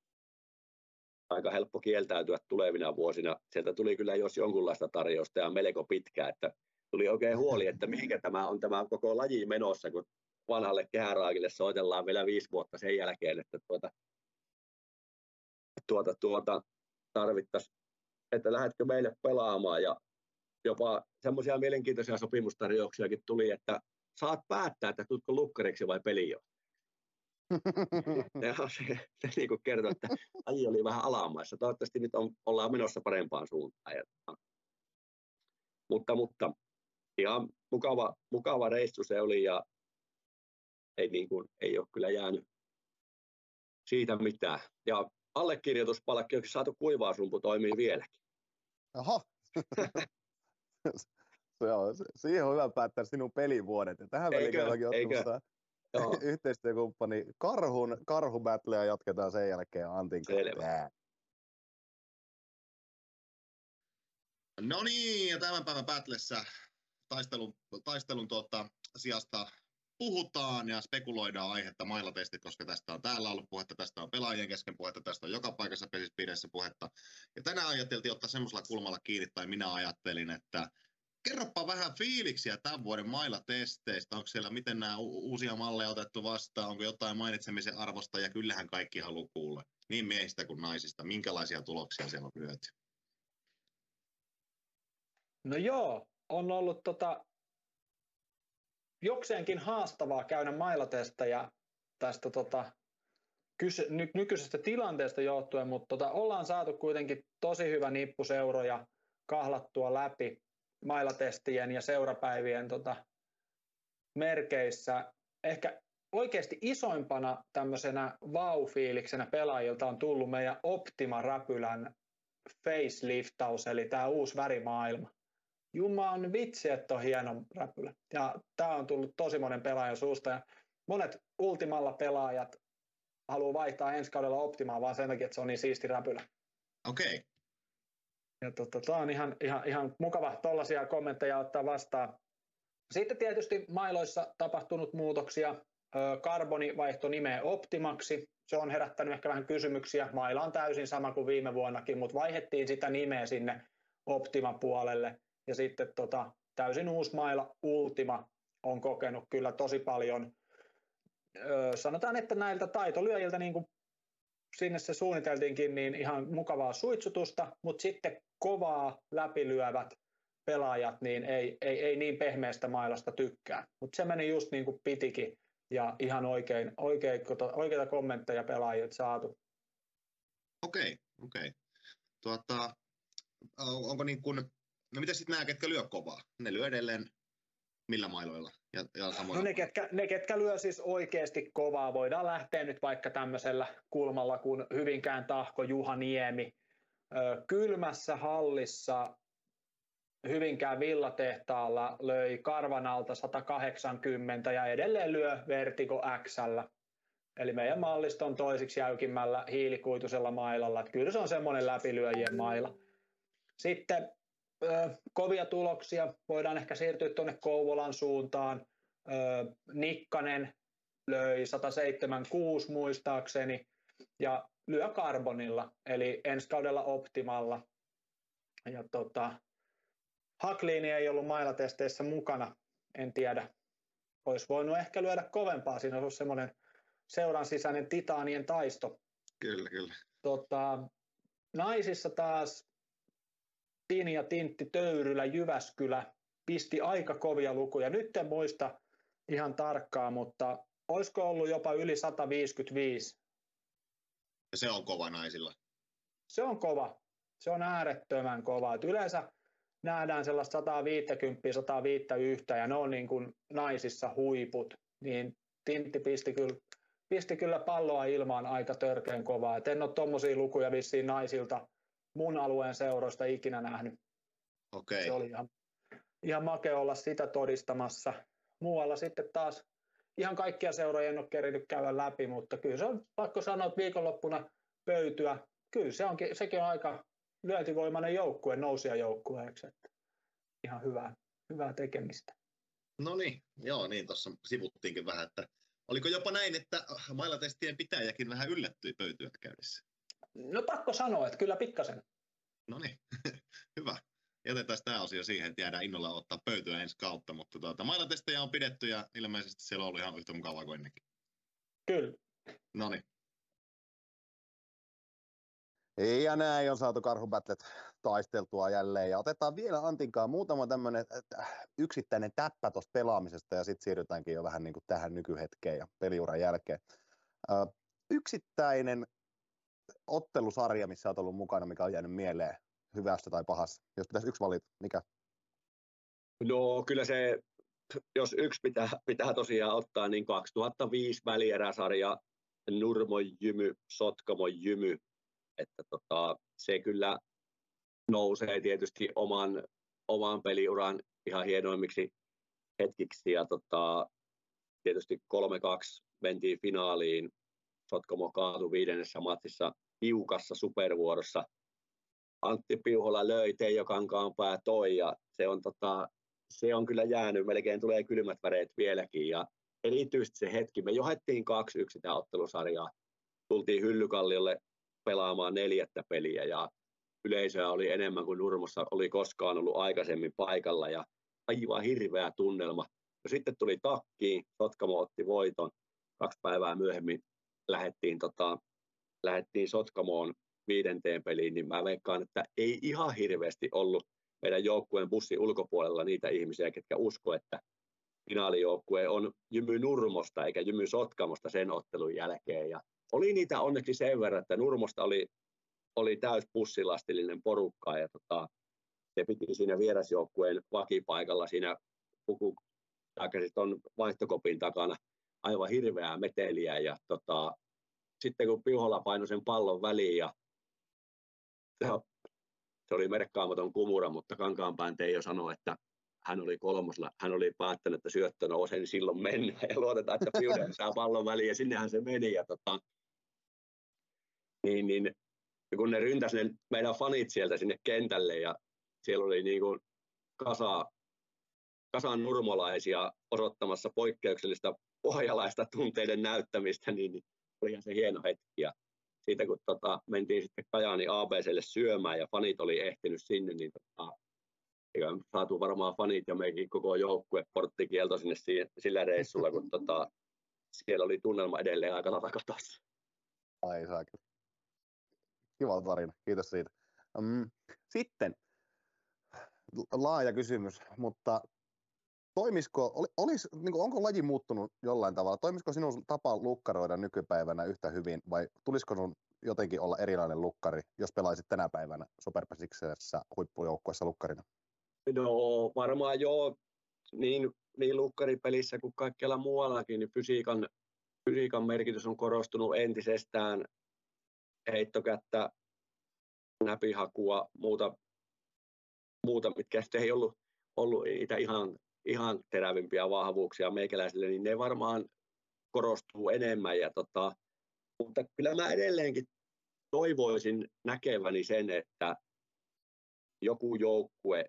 aika helppo kieltäytyä tulevina vuosina. Sieltä tuli kyllä jos jonkunlaista tarjousta ja melko pitkä, että tuli oikein huoli, että mihinkä tämä on tämä koko laji menossa, kun vanhalle kehäraakille soitellaan vielä viisi vuotta sen jälkeen, että tuota, tuota, tuota tarvittaisiin, että lähdetkö meille pelaamaan ja jopa semmoisia mielenkiintoisia sopimustarjouksiakin tuli, että saat päättää, että tuletko lukkariksi vai pelijohtajaksi. Ja se, se niin kuin kertoo, että laji oli vähän alamaissa. Toivottavasti nyt on, ollaan menossa parempaan suuntaan. Ja, mutta, mutta ihan mukava, mukava reissu se oli ja ei, niin kuin, ei ole kyllä jäänyt siitä mitään. Ja allekirjoituspalkkioksi saatu kuivaasumpu toimii vieläkin. Aha. Se on, siihen on hyvä päättää sinun pelivuodet. Ja tähän väliin käydäänkin ottamassa yhteistyökumppani Karhun, Karhu-battleja jatketaan sen jälkeen Antin kanssa. No niin, ja tämän päivän battlessa taistelun, taistelun tuota, sijasta puhutaan ja spekuloidaan aihetta mailatestit, koska tästä on täällä ollut puhetta, tästä on pelaajien kesken puhetta, tästä on joka paikassa piirissä puhetta. Ja tänään ajateltiin ottaa semmoisella kulmalla kiinni, tai minä ajattelin, että kerropa vähän fiiliksiä tämän vuoden mailatesteistä. Onko siellä, miten nämä uusia malleja otettu vastaan, onko jotain mainitsemisen arvosta, ja kyllähän kaikki haluaa kuulla, niin miehistä kuin naisista, minkälaisia tuloksia siellä on lyöty. No joo, on ollut tota, jokseenkin haastavaa käydä mailatestejä tästä tota, kysy- ny- nykyisestä tilanteesta johtuen, mutta tota, ollaan saatu kuitenkin tosi hyvä nippu seuroja kahlattua läpi mailatestien ja seurapäivien tota, merkeissä. Ehkä oikeasti isoimpana tämmöisenä vau-fiiliksenä pelaajilta on tullut meidän Optima-räpylän faceliftaus, eli tämä uusi värimaailma. Juman vitsi, että on hieno räpylä. Ja tämä on tullut tosi monen pelaajan suusta. Ja monet Ultimalla pelaajat haluaa vaihtaa ensi kaudella Optimaan vaan sen takia, että se on niin siisti räpylä. Okei. Okay. Ja tota, tämä on ihan, ihan, ihan mukava tollaisia kommentteja ottaa vastaan. Sitten tietysti mailoissa tapahtunut muutoksia. Carboni vaihtoi nimeä Optimaksi. Se on herättänyt ehkä vähän kysymyksiä. Maila on täysin sama kuin viime vuonnakin, mutta vaihdettiin sitä nimeä sinne Optima-puolelle. Ja sitten tota, täysin uusi maila Ultima on kokenut kyllä tosi paljon. Öö, sanotaan, että näiltä taitolyöjiltä, niin kuin sinne se suunniteltiinkin, niin ihan mukavaa suitsutusta, mutta sitten kovaa läpilyövät pelaajat niin ei, ei, ei niin pehmeästä mailasta tykkää. Mutta se meni just niin kuin pitikin ja ihan oikein, oikein, oikeita kommentteja pelaajilta saatu. Okei, okei. Tuota, onko niin kuin, no mitä sitten nämä, ketkä lyö kovaa? Ne lyö edelleen millä mailoilla? Ja, ja no ne ketkä, ne, ketkä lyö siis oikeasti kovaa, voidaan lähteä nyt vaikka tämmöisellä kulmalla kuin Hyvinkään Tahko, Juha Niemi. Ö, kylmässä hallissa Hyvinkään villatehtaalla löi karvan alta sata kahdeksankymmentä ja edelleen lyö Vertigo X:llä. Eli meidän mallisto on toisiksi jäykimmällä hiilikuituisella mailalla. Että kyllä se on semmoinen läpilyöjien maila. Sitten ö, kovia tuloksia. Voidaan ehkä siirtyä tuonne Kouvolan suuntaan. Ö, Nikkanen löi sata seitsemänkymmentäkuusi muistaakseni ja lyö Carbonilla, eli ensi kaudella Optimalla. Ja tota, Hakliini ei ollut mailatesteissä mukana, en tiedä. Olisi voinut ehkä lyödä kovempaa, siinä olisi ollut semmoinen seuran sisäinen titaanien taisto. Kyllä, kyllä. Tota, naisissa taas Tini ja Tintti Töyrylä Jyväskylä pisti aika kovia lukuja. Nyt en muista ihan tarkkaan, mutta olisiko ollut jopa yli sata viisikymmentäviisi? Ja se on kova naisilla. Se on kova. Se on äärettömän kova. Et yleensä nähdään sellaista sata viisikymmentä sata viisikymmentäyksi ja ne on niin kuin naisissa huiput. Niin Tintti pisti kyllä, pisti kyllä palloa ilmaan aika törkeän kovaa. Et en ole tommosia lukuja vissiin naisilta mun alueen seuroista ikinä nähnyt. Okei. Se oli ihan, ihan makea olla sitä todistamassa. Muualla sitten taas ihan kaikkia seuroja en ole kerinyt käydä läpi, mutta kyllä se on pakko sanoa, että viikonloppuna pöytyä. Kyllä se onkin, sekin on aika lyöntivoimainen joukkue, nousijajoukkueeksi. Ihan hyvää, hyvää tekemistä. No niin, joo, niin tuossa sivuttiinkin vähän, että oliko jopa näin, että mailatestien pitäjäkin vähän yllättyi pöytyä käydessä? No pakko sanoa, että kyllä pikkasen. No niin, hyvä. Jätetään tämä osio siihen, että jäädään innolla ottaa pöytyä ensi kautta, mutta tuota, mailatestejä on pidetty ja ilmeisesti siellä on ollut ihan yhtä mukavaa kuin ennenkin. Kyllä. No niin. Ja näin on saatu Karhubattlet taisteltua jälleen. Ja otetaan vielä Antinkaan muutama tämmöinen yksittäinen täppä tuosta pelaamisesta ja sitten siirrytäänkin jo vähän niin kuin tähän nykyhetkeen ja peliuran jälkeen. Ö, yksittäinen ottelusarja, missä olet ollut mukana, mikä on jäänyt mieleen hyvästä tai pahassa. Jos pitäisi yksi valita, mikä? No kyllä se jos yksi pitää, pitää tosiaan ottaa, niin kaksituhattaviisi välieräsarja Nurmon Jymy, Sotkamon Jymy, että tota, se kyllä nousee tietysti oman, oman peliuran ihan hienoimmiksi hetkiksi, ja tota, tietysti kolme kaksi mentiin finaaliin, Sotkamo kaatui viidennessä matsissa tiukassa supervuorossa, Antti Piuhola löi, Teijo Kankaanpää toi, ja se on, tota, se on kyllä jäänyt, melkein tulee kylmät väreet vieläkin, ja erityisesti se hetki, me johdettiin kaksi yksi sitä ottelusarjaa, tultiin Hyllykalliolle pelaamaan neljättä peliä, ja yleisöä oli enemmän kuin Nurmossa oli koskaan ollut aikaisemmin paikalla, ja aivan hirveä tunnelma. No sitten tuli takkiin, Sotkamo otti voiton, kaksi päivää myöhemmin lähdettiin, tota, lähdettiin Sotkamoon viidenteen peliin, niin mä veikkaan, että ei ihan hirveästi ollut meidän joukkueen bussin ulkopuolella niitä ihmisiä, ketkä usko, että finaalijoukkue on Jymy Nurmosta eikä Jymy Sotkamosta sen ottelun jälkeen. Ja oli niitä onneksi sen verran, että Nurmosta oli, oli täys bussilastillinen porukka, ja tota, se piti siinä vierasjoukkueen vakipaikalla siinä puku, on vaihtokopin takana aivan hirveää meteliä, ja tota, sitten kun Piuhola painoi sen pallon väliin, ja se oli merkkaamaton kumura, mutta Kankaanpään Teijo sanoi, että hän oli kolmosella, hän oli päättänyt, että syöttö nousee, niin silloin mennään, ja luotetaan, että Piuhola saa pallon väliin, ja sinnehän se meni, ja tota, niin, niin, kun ne ryntäsi ne meidän fanit sieltä sinne kentälle, ja siellä oli niin kuin kasa, kasan nurmolaisia osoittamassa poikkeuksellista pohjalaista tunteiden näyttämistä, niin, niin olihan se hieno hetki. Ja siitä kun tota, mentiin sitten Kajaani A B C:lle syömään ja fanit oli ehtinyt sinne, niin tota, saatu varmaan fanit ja meikin koko joukkue porttikielto sinne sillä reissulla, kun tota, siellä oli tunnelma edelleen aika lailla katossa. Ai saakin. Kiva tarina, kiitos siitä. Sitten laaja kysymys, mutta toimisiko, olis, niin kuin, onko laji muuttunut jollain tavalla? Toimisiko sinun tapa lukkaroida nykypäivänä yhtä hyvin vai tulisiko sinun jotenkin olla erilainen lukkari, jos pelaisit tänä päivänä Superpesiksessä huippujoukkueessa lukkarina? No varmaan joo, niin, niin lukkaripelissä kuin kaikkialla muuallakin, niin fysiikan, fysiikan merkitys on korostunut entisestään. Heittokättä, näpihakua, muuta, muuta mitkä sitten ei ollut, ollut niitä ihan, ihan terävimpiä vahvuuksia meikäläisille, niin ne varmaan korostuu enemmän. Ja tota, mutta kyllä mä edelleenkin toivoisin näkeväni sen, että joku joukkue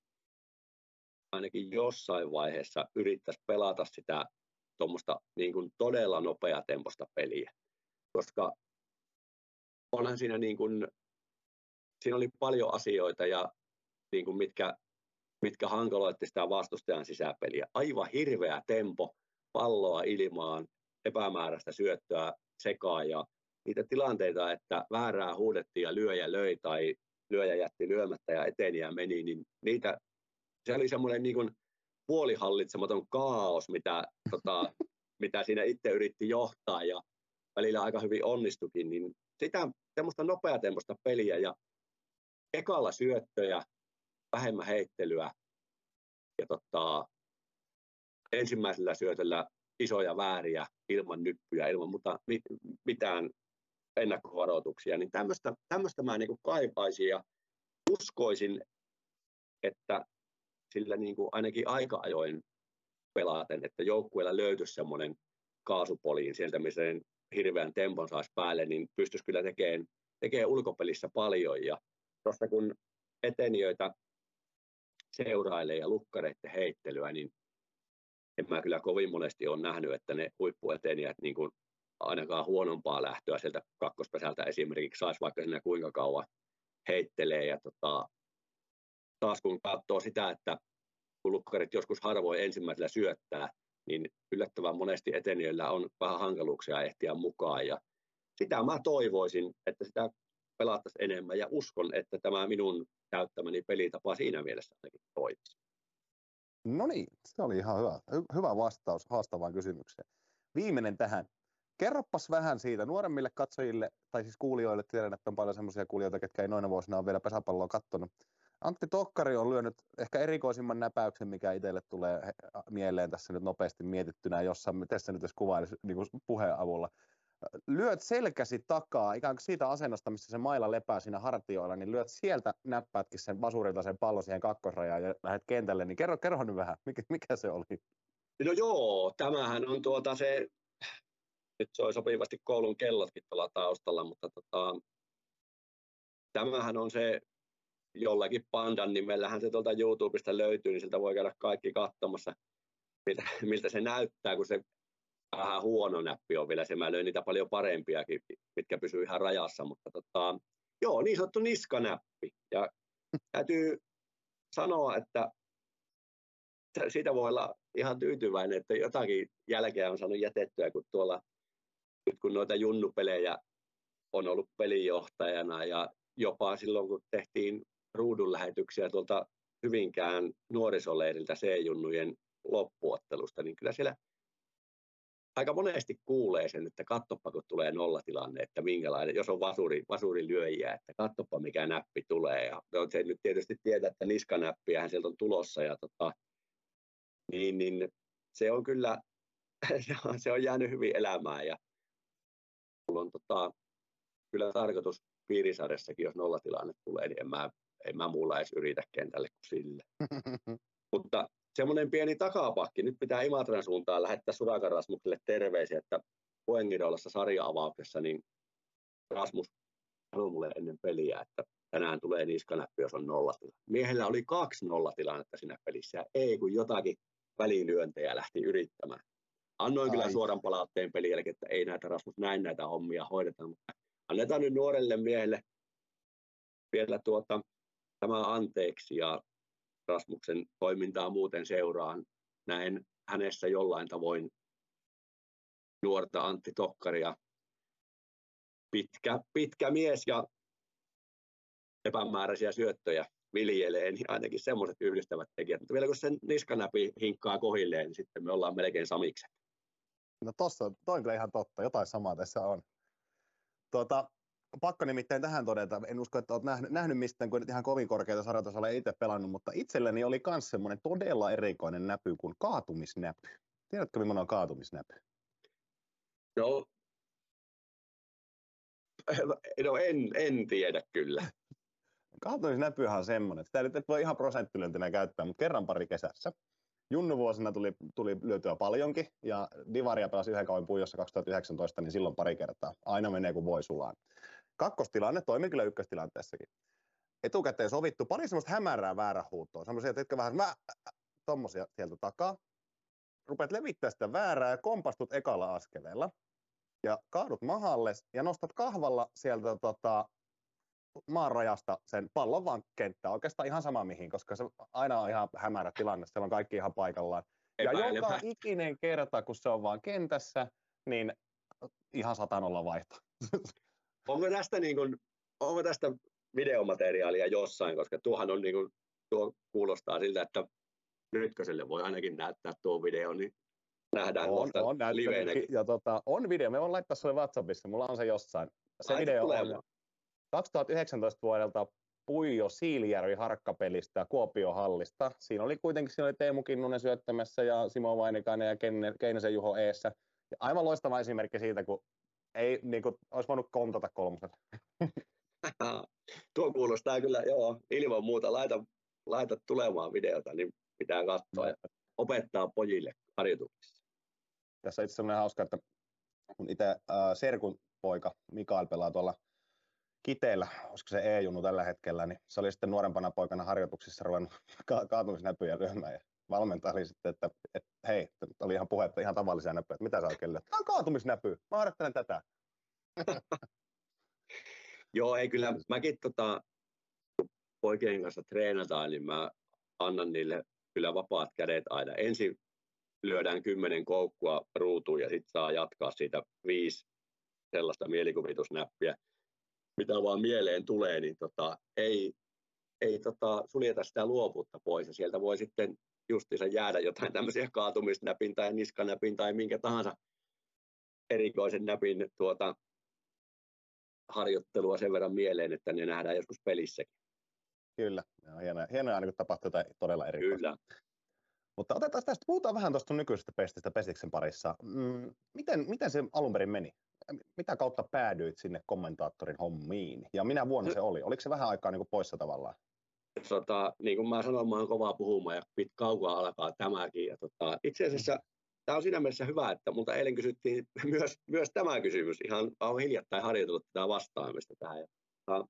ainakin jossain vaiheessa yrittäisi pelata sitä tuommoista niin kuin todella nopeatempoista peliä, koska onhan siinä niin kuin, siinä oli paljon asioita, ja niin kuin mitkä, mitkä hankaloitti sitä vastustajan sisäpeliä. Aivan hirveä tempo, palloa ilmaan, epämääräistä syöttöä sekaan, ja niitä tilanteita, että väärää huudettiin ja lyöjä löi tai lyöjä jätti lyömättä ja eteni ja meni, niin niitä, se oli semmoinen niin kuin puolihallitsematon kaos, mitä, tota, mitä siinä itse yritti johtaa, ja välillä aika hyvin onnistukin, niin sitä semmoista nopeatempoista peliä ja ekalla syöttöjä, vähemmän heittelyä ja tota, ensimmäisellä syötöllä isoja vääriä ilman nyppyjä, ilman muuta, mitään ennakkovaroituksia, niin tämmöistä, tämmöistä mä niin kuin kaipaisin ja uskoisin, että sillä niin kuin ainakin aika ajoin pelaten, että joukkueella löytyisi semmoinen kaasupoliin sieltä, missä hirveän tempon saisi päälle, niin pystyisi kyllä tekemään, tekemään ulkopelissä paljon. Ja tuosta kun etenijöitä seurailee ja lukkareiden heittelyä, niin en mä kyllä kovin monesti ole nähnyt, että ne huippuetenijät niin kuin ainakaan huonompaa lähtöä sieltä kakkospesältä esimerkiksi saisi vaikka siinä kuinka kauan heittelee. Ja tota, taas kun katsoo sitä, että kun lukkarit joskus harvoin ensimmäisellä syöttää, niin yllättävän monesti etenijöillä on vähän hankaluuksia ehtiä mukaan. Ja sitä mä toivoisin, että sitä pelattaisiin enemmän, ja uskon, että tämä minun käyttämäni pelitapa siinä mielessä ainakin toimisi. No niin, se oli ihan hyvä, hyvä vastaus haastavaan kysymykseen. Viimeinen tähän. Kerroppas vähän siitä nuoremmille katsojille, tai siis kuulijoille, tiedän, että on paljon semmoisia kuulijoita, ketkä ei noina vuosina ole vielä pesäpalloa katsonut. Antti Tokkari on lyönyt ehkä erikoisimman näpäyksen, mikä itselle tulee mieleen tässä nyt nopeasti mietittynä jossain, miten se nyt edes kuvailisi niin kuin puheen avulla. Lyöt selkäsi takaa, ikään kuin siitä asennosta, missä se maila lepää siinä hartioilla, niin lyöt sieltä, näppäätkin sen vasurilta sen pallon siihen kakkosrajaan ja lähdet kentälle, niin kerro, kerro nyt vähän, mikä, mikä se oli? No joo, tämähän on tuota se, nyt soi sopivasti koulun kellotkin tuolla taustalla, mutta tota, tämähän on se, jollakin pandan nimellähän se tuolta YouTubesta löytyy, niin siltä voi käydä kaikki katsomassa, miltä, miltä se näyttää, kun se vähän huono näppi on vielä se. Mä löin niitä paljon parempiakin, mitkä pysyy ihan rajassa, mutta tota, joo, niin sanottu niskanäppi. Ja täytyy sanoa, että siitä voi olla ihan tyytyväinen, että jotakin jälkeä on saanut jätettyä, kun tuolla, nyt kun noita junnupelejä on ollut pelinjohtajana ja jopa silloin, kun tehtiin ruudunlähetyksiä tuolta Hyvinkään nuorisoleiriltä C-junnujen loppuottelusta, niin kyllä siellä aika monesti kuulee sen, että katsoppa, kun tulee nollatilanne, että minkälainen, jos on vasuri, vasuri lyöjiä, että katsoppa, mikä näppi tulee. Ja se nyt tietysti tietää, että niskanäppiähän sieltä on tulossa, ja tota, niin, niin se on kyllä, se on jäänyt hyvin elämään, ja mulla on tota, kyllä tarkoitus piirisarjassakin, jos nollatilanne tulee, niin en mä, en mä muulla edes yritä kentälle kuin sille. Mutta semmoinen pieni takapakki. Nyt pitää Imatran suuntaan lähettää Surakan Rasmukselle terveisiä, että Poengidolassa sarja-avauksessa, niin Rasmus sanoi mulle ennen peliä, että tänään tulee niskanäppi, jos on nollatilanne. Miehellä oli kaksi nollatilannetta siinä pelissä, ja ei kun jotakin välilyöntejä lähti yrittämään. Annoin Ai. kyllä suoran palautteen pelin jälkeen, että ei näitä Rasmus, näin näitä hommia hoidetaan, mutta annetaan nyt nuorelle miehelle vielä tuota, tämä anteeksi, ja Rasmuksen toimintaa muuten seuraan. Näen hänessä jollain tavoin nuorta Antti Tokkaria. Pitkä, pitkä mies ja epämääräisiä syöttöjä viljelee, niin ainakin semmoiset yhdistävät tekijät. Mutta vielä kun sen niskanäpi hinkkaa kohilleen, niin sitten me ollaan melkein samikset. No tossa, toi on kyllä ihan totta. Jotain samaa tässä on. Tuota, pakko nimittäin tähän todeta, en usko, että olet nähnyt, nähnyt mistään, kun ihan kovin korkeita sarjatasolla ei itse pelannut, mutta itselleni oli myös semmoinen todella erikoinen näpy kuin kaatumisnäpy. Tiedätkö, millainen on kaatumisnäpy? No, no en, en tiedä kyllä. Kaatumisnäpyhän on semmoinen, että sitä nyt et voi ihan prosenttilöintinä käyttää, mutta kerran pari kesässä. Junnuvuosina tuli, tuli lyötyä paljonkin, ja Divaria pelasi yhden kauan Puijossa kaksituhattayhdeksäntoista, niin silloin pari kertaa. Aina menee kuin voi sulaan. Kakkostilanne toimi kyllä ykköstilanteessakin. Etukäteen sovittu, pari semmoista hämärää väärähuutoa, semmoisia, jotka vähän mä, tommosia sieltä takaa. Rupeat levittää sitä väärää ja kompastut ekalla askeleella. Ja kaadut mahalle ja nostat kahvalla sieltä tota, maanrajasta sen pallon vaan kenttään. Oikeastaan ihan sama mihin, koska se aina on ihan hämärä tilanne, siellä on kaikki ihan paikallaan. Ja joka ikinen kerta, kun se on vaan kentässä, niin ihan satanolla vaihto. Onko tästä, niin kuin, onko tästä videomateriaalia jossain, koska tuohan on niin kuin, tuo kuulostaa siltä, että Nytköselle voi ainakin näyttää tuo video, niin nähdään on, kohta on liveenäkin. Ja tota, on video, me voin laittaa sulle WhatsAppissa, mulla on se jossain. Se Laita video tulemaan. on kaksituhattayhdeksäntoista vuodelta Puijo Siilijärvi harkkapelistä Kuopion hallista. Siinä oli kuitenkin siinä oli Teemu Kinnunen syöttämässä ja Simo Vainikainen ja Keinäsen Juho eessä. Ja aivan loistava esimerkki siitä, kun ei niin kuin, olisi voinut kontata kolmosella. Tuo kuulostaa kyllä, joo, ilman muuta. Laita, laita tulemaan videota, niin pitää katsoa ja opettaa pojille harjoituksissa. Tässä on itse sellainen hauska, että kun itse äh, Serkun poika Mikael pelaa tuolla Kiteellä, olisiko se E-junnu tällä hetkellä, niin se oli sitten nuorempana poikana harjoituksissa ruvennut ka- kaatumisnäpyjä lyömään. Ja valmentaja oli sitten, että, että hei, oli ihan puhetta, ihan tavallisia näpyjä, että mitä sä oikein lyöt? Tämä on kaatumisnäpy, mä harjoittelen tätä. Joo, ei kyllä, mäkin tota, poikien kanssa treenataan, niin mä annan niille kyllä vapaat kädet aina. Ensin lyödään kymmenen koukkua ruutuun ja sitten saa jatkaa siitä viisi sellaista mielikuvitusnäppiä, mitä vaan mieleen tulee, niin tota, ei, ei tota, suljeta sitä luovuutta pois. Ja sieltä voi sitten justiinsa jäädä jotain tämmöisiä kaatumisnäpin tai niskanäpin tai minkä tahansa erikoisen näpin tuota, harjoittelua sen verran mieleen, että ne nähdään joskus pelissäkin. Kyllä, ja hienoa, hienoa aina kun tapahtuu jotain todella erikoista. Kyllä. Mutta otetaan tästä, puhutaan vähän tuosta nykyisestä pestistä Pestiksen parissa. Mm, miten, miten se alun perin meni? Mitä kautta päädyit sinne kommentaattorin hommiin? Ja minä vuonna se oli? Oliko se vähän aikaa niin kuin poissa tavallaan? Tota, niin kuin mä sanoin, mä oon kovaa puhumaan ja pit kaukaa alkaa tämäkin. Ja tota, itse asiassa tämä on siinä mielessä hyvä, että multa eilen kysyttiin myös, myös tämä kysymys. Ihan olen hiljattain harjoitellut tätä vastaamista tähän. Ja, tota,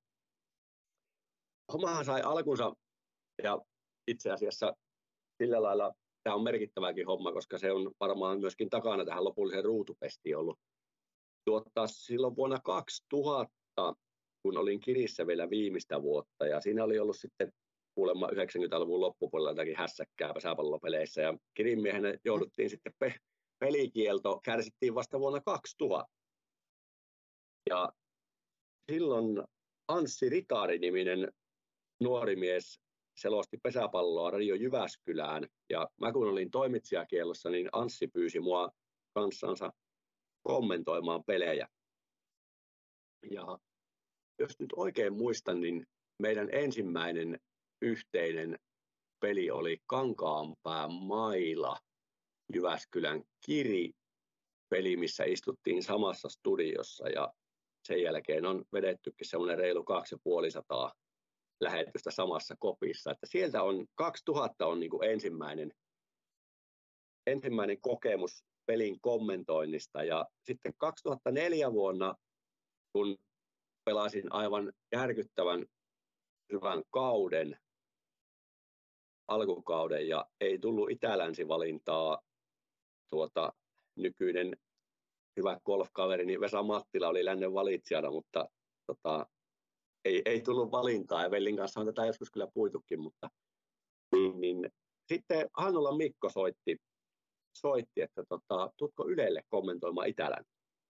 hommahan sai alkunsa ja itse asiassa sillä lailla tämä on merkittäväkin homma, koska se on varmaan myöskin takana tähän lopulliseen ruutupestiin ollut. Tuottaa silloin vuonna kaksituhatta, kun olin Kirissä vielä viimeistä vuotta, ja siinä oli ollut sitten kuulemma yhdeksänkymmentäluvun loppupuolella jotakin hässäkkää pesäpallopeleissä, ja Kirin miehenä jouduttiin sitten pe- pelikielto, kärsittiin vasta vuonna kaksituhatta. Ja silloin Anssi Ritaari-niminen nuori mies selosti pesäpalloa Radio Jyväskylään, ja mä kun olin toimitsijakielossa, niin Anssi pyysi mua kanssansa kommentoimaan pelejä. Ja jos nyt oikein muistan, niin meidän ensimmäinen yhteinen peli oli Kankaanpää Maila Jyväskylän Kiri-peli, missä istuttiin samassa studiossa, ja sen jälkeen on vedettykin semmoinen reilu kaksituhattaviisisataa lähetystä samassa kopissa. Että sieltä on kaksituhatta on niin kuin ensimmäinen, ensimmäinen kokemus pelin kommentoinnista, ja sitten kaksituhattaneljä vuonna, kun pelasin aivan järkyttävän hyvän kauden, alkukauden, ja ei tullut Itä-Länsi-valintaa, tuota, nykyinen hyvä golfkaveri, niin Vesa Mattila oli lännen valitsijana, mutta tota, ei, ei tullut valintaa, ja Vellin kanssa on tätä joskus kyllä puitukin, mutta niin, niin. Sitten Hannulan Mikko soitti, soitti että tota, tuutko Ylelle kommentoimaan Itä-Länsi?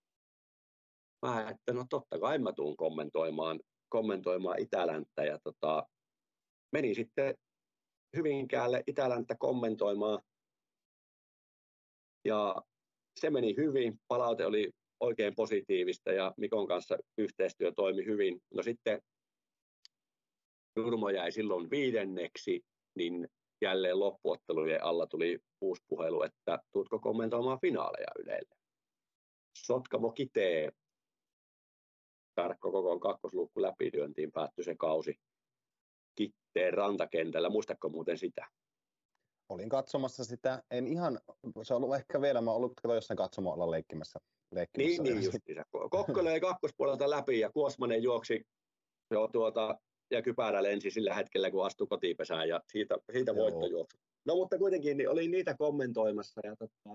Mä että no totta kai mä tuun kommentoimaan, kommentoimaan Itä-Länttä, ja tota, menin sitten Hyvinkäälle Itä-Länttä kommentoimaan, ja se meni hyvin, palaute oli oikein positiivista, ja Mikon kanssa yhteistyö toimi hyvin. No sitten Nurmo jäi silloin viidenneksi, niin jälleen loppuottelujen alla tuli uusi puhelu, että tuutko kommentoimaan finaaleja Ylelle. Sotkamo Kitee, tarkko koko kakkosluukku läpilyöntiin päättyi se kausi Kitteen rantakentällä. Muistatko muuten sitä? Olin katsomassa sitä, en ihan, se on ollut ehkä vielä, mä ollut jossain katsomolla leikkimässä. leikkimässä niin, niin justiinsa. Kokko löi kakkospuolelta läpi ja Kuosmanen juoksi jo tuota, ja kypärä lensi sillä hetkellä, kun astui kotipesään, ja siitä, siitä voittojuoksu. No mutta kuitenkin niin olin niitä kommentoimassa. Ja, tota,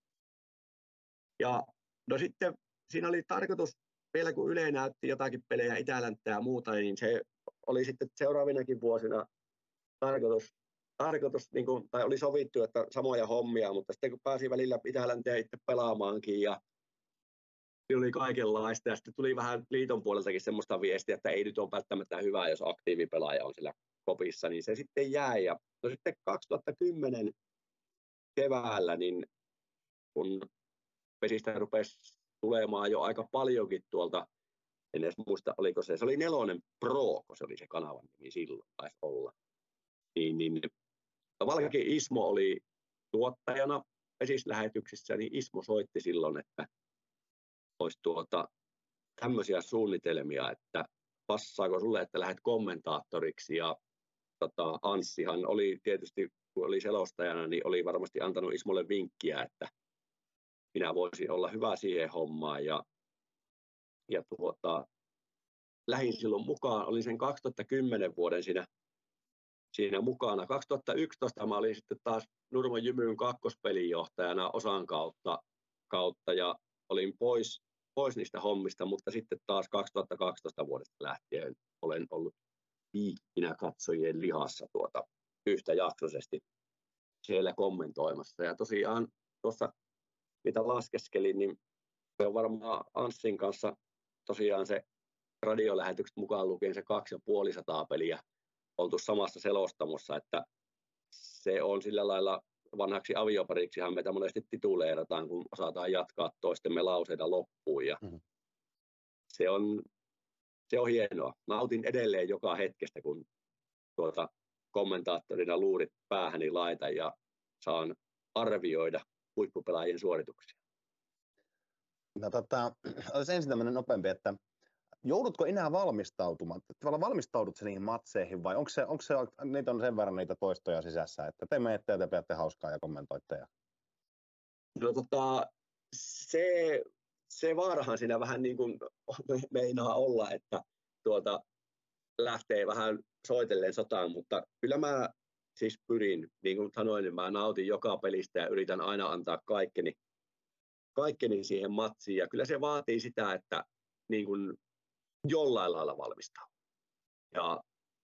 ja no sitten siinä oli tarkoitus, vielä kun Yle näytti jotakin pelejä Itä-Länttä ja muuta, niin se oli sitten seuraavinakin vuosina tarkoitus, tarkoitus niin kuin, tai oli sovittu, että samoja hommia, mutta sitten kun pääsi välillä Itä-Länteen itse pelaamaankin, ja niin oli kaikenlaista, ja sitten tuli vähän liiton puoleltakin semmoista viestiä, että ei nyt ole välttämättä hyvä, jos aktiivipelaaja on siellä kopissa, niin se sitten jäi. Ja no sitten kaksituhattakymmenen keväällä, niin kun pesistä rupesi tulemaan jo aika paljonkin tuolta, en edes muista, oliko se, se oli Nelonen Pro, kun se oli se kanavan nimi silloin, taisi olla. Niin, niin Valkeakin Ismo oli tuottajana pesislähetyksissä, niin Ismo soitti silloin, että olisi tuota tämmöisiä suunnitelmia, että passaako sulle, että lähdet kommentaattoriksi, ja tota, Anssihan oli tietysti, kun oli selostajana, niin oli varmasti antanut Ismolle vinkkiä, että minä voisin olla hyvä siihen hommaan, ja, ja tuota, lähdin silloin mukaan, olin sen kaksituhattakymmenen vuoden siinä, siinä mukana. kaksituhattayksitoista mä olin sitten taas Nurmon Jymyn kakkospelijohtajana osan kautta, kautta ja olin pois, pois niistä hommista, mutta sitten taas kaksituhattakaksitoista vuodesta lähtien olen ollut piikkinä katsojien lihassa tuota yhtäjaksoisesti siellä kommentoimassa. Ja tosiaan tuossa mitä laskeskelin, niin se on varmaan Anssin kanssa tosiaan se radiolähetykset mukaan lukien se kaksi ja puoli sataa peliä oltu samassa selostamossa, että se on sillä lailla vanhaksi aviopariksihan meitä monesti tituleerataan, kun osataan jatkaa toistemme lauseita loppuun, ja mm-hmm. se, on, se on hienoa. Nautin edelleen joka hetkestä, kun tuota kommentaattorina luurit päähäni laitan ja saan arvioida huippupelaajien suorituksia. No tota, olisi ensin tämmöinen nopeampi, että joudutko enää valmistautumaan? Tavallaan valmistaudut niihin matseihin vai onko se, onko se, niitä on sen verran niitä toistoja sisässä, että te menette ja te pidätte hauskaa ja kommentoitte? Ja... No tota, se, se vaarahan siinä vähän niin kuin meinaa olla, että tuota, lähtee vähän soitellen sotaan, mutta kyllä mä siis pyrin, niin kuin sanoin, niin mä nautin joka pelistä ja yritän aina antaa kaikkeni, kaikkeni siihen matsiin. Ja kyllä se vaatii sitä, että niin kuin jollain lailla valmistaa. Ja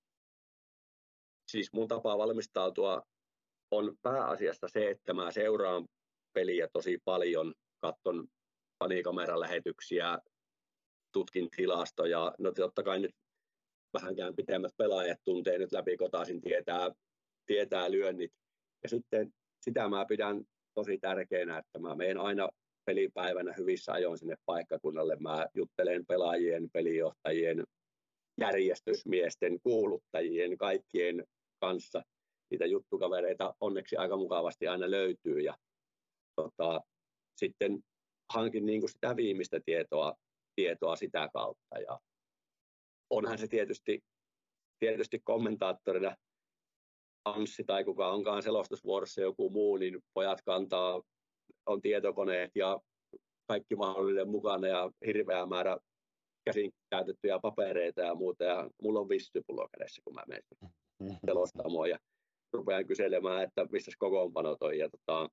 siis mun tapa valmistautua on pääasiassa se, että mä seuraan peliä tosi paljon, katson fanikameran lähetyksiä, tutkin tilastoja. No totta kai nyt vähänkään pitemmät pelaajat tuntee nyt läpikotaisin, tietää, tietää lyönnit. Ja sitten sitä mä pidän tosi tärkeänä, että mä menen aina pelipäivänä hyvissä ajoin sinne paikkakunnalle. Mä juttelen pelaajien, pelijohtajien, järjestysmiesten, kuuluttajien, kaikkien kanssa. Niitä juttukavereita onneksi aika mukavasti aina löytyy. Ja tota, sitten hankin niin kuin sitä viimeistä tietoa, tietoa sitä kautta. Ja onhan se tietysti, tietysti kommentaattorina Anssi tai kuka onkaan selostusvuorossa joku muu, niin pojat kantaa, on tietokoneet ja kaikki mahdollinen mukana ja hirveä määrä käsin käytettyjä papereita ja muuta. Ja mulla on vissypullo kädessä, kun mä menen selostamoon ja rupean kyselemään, että missä kokoonpanot on. Ja tota,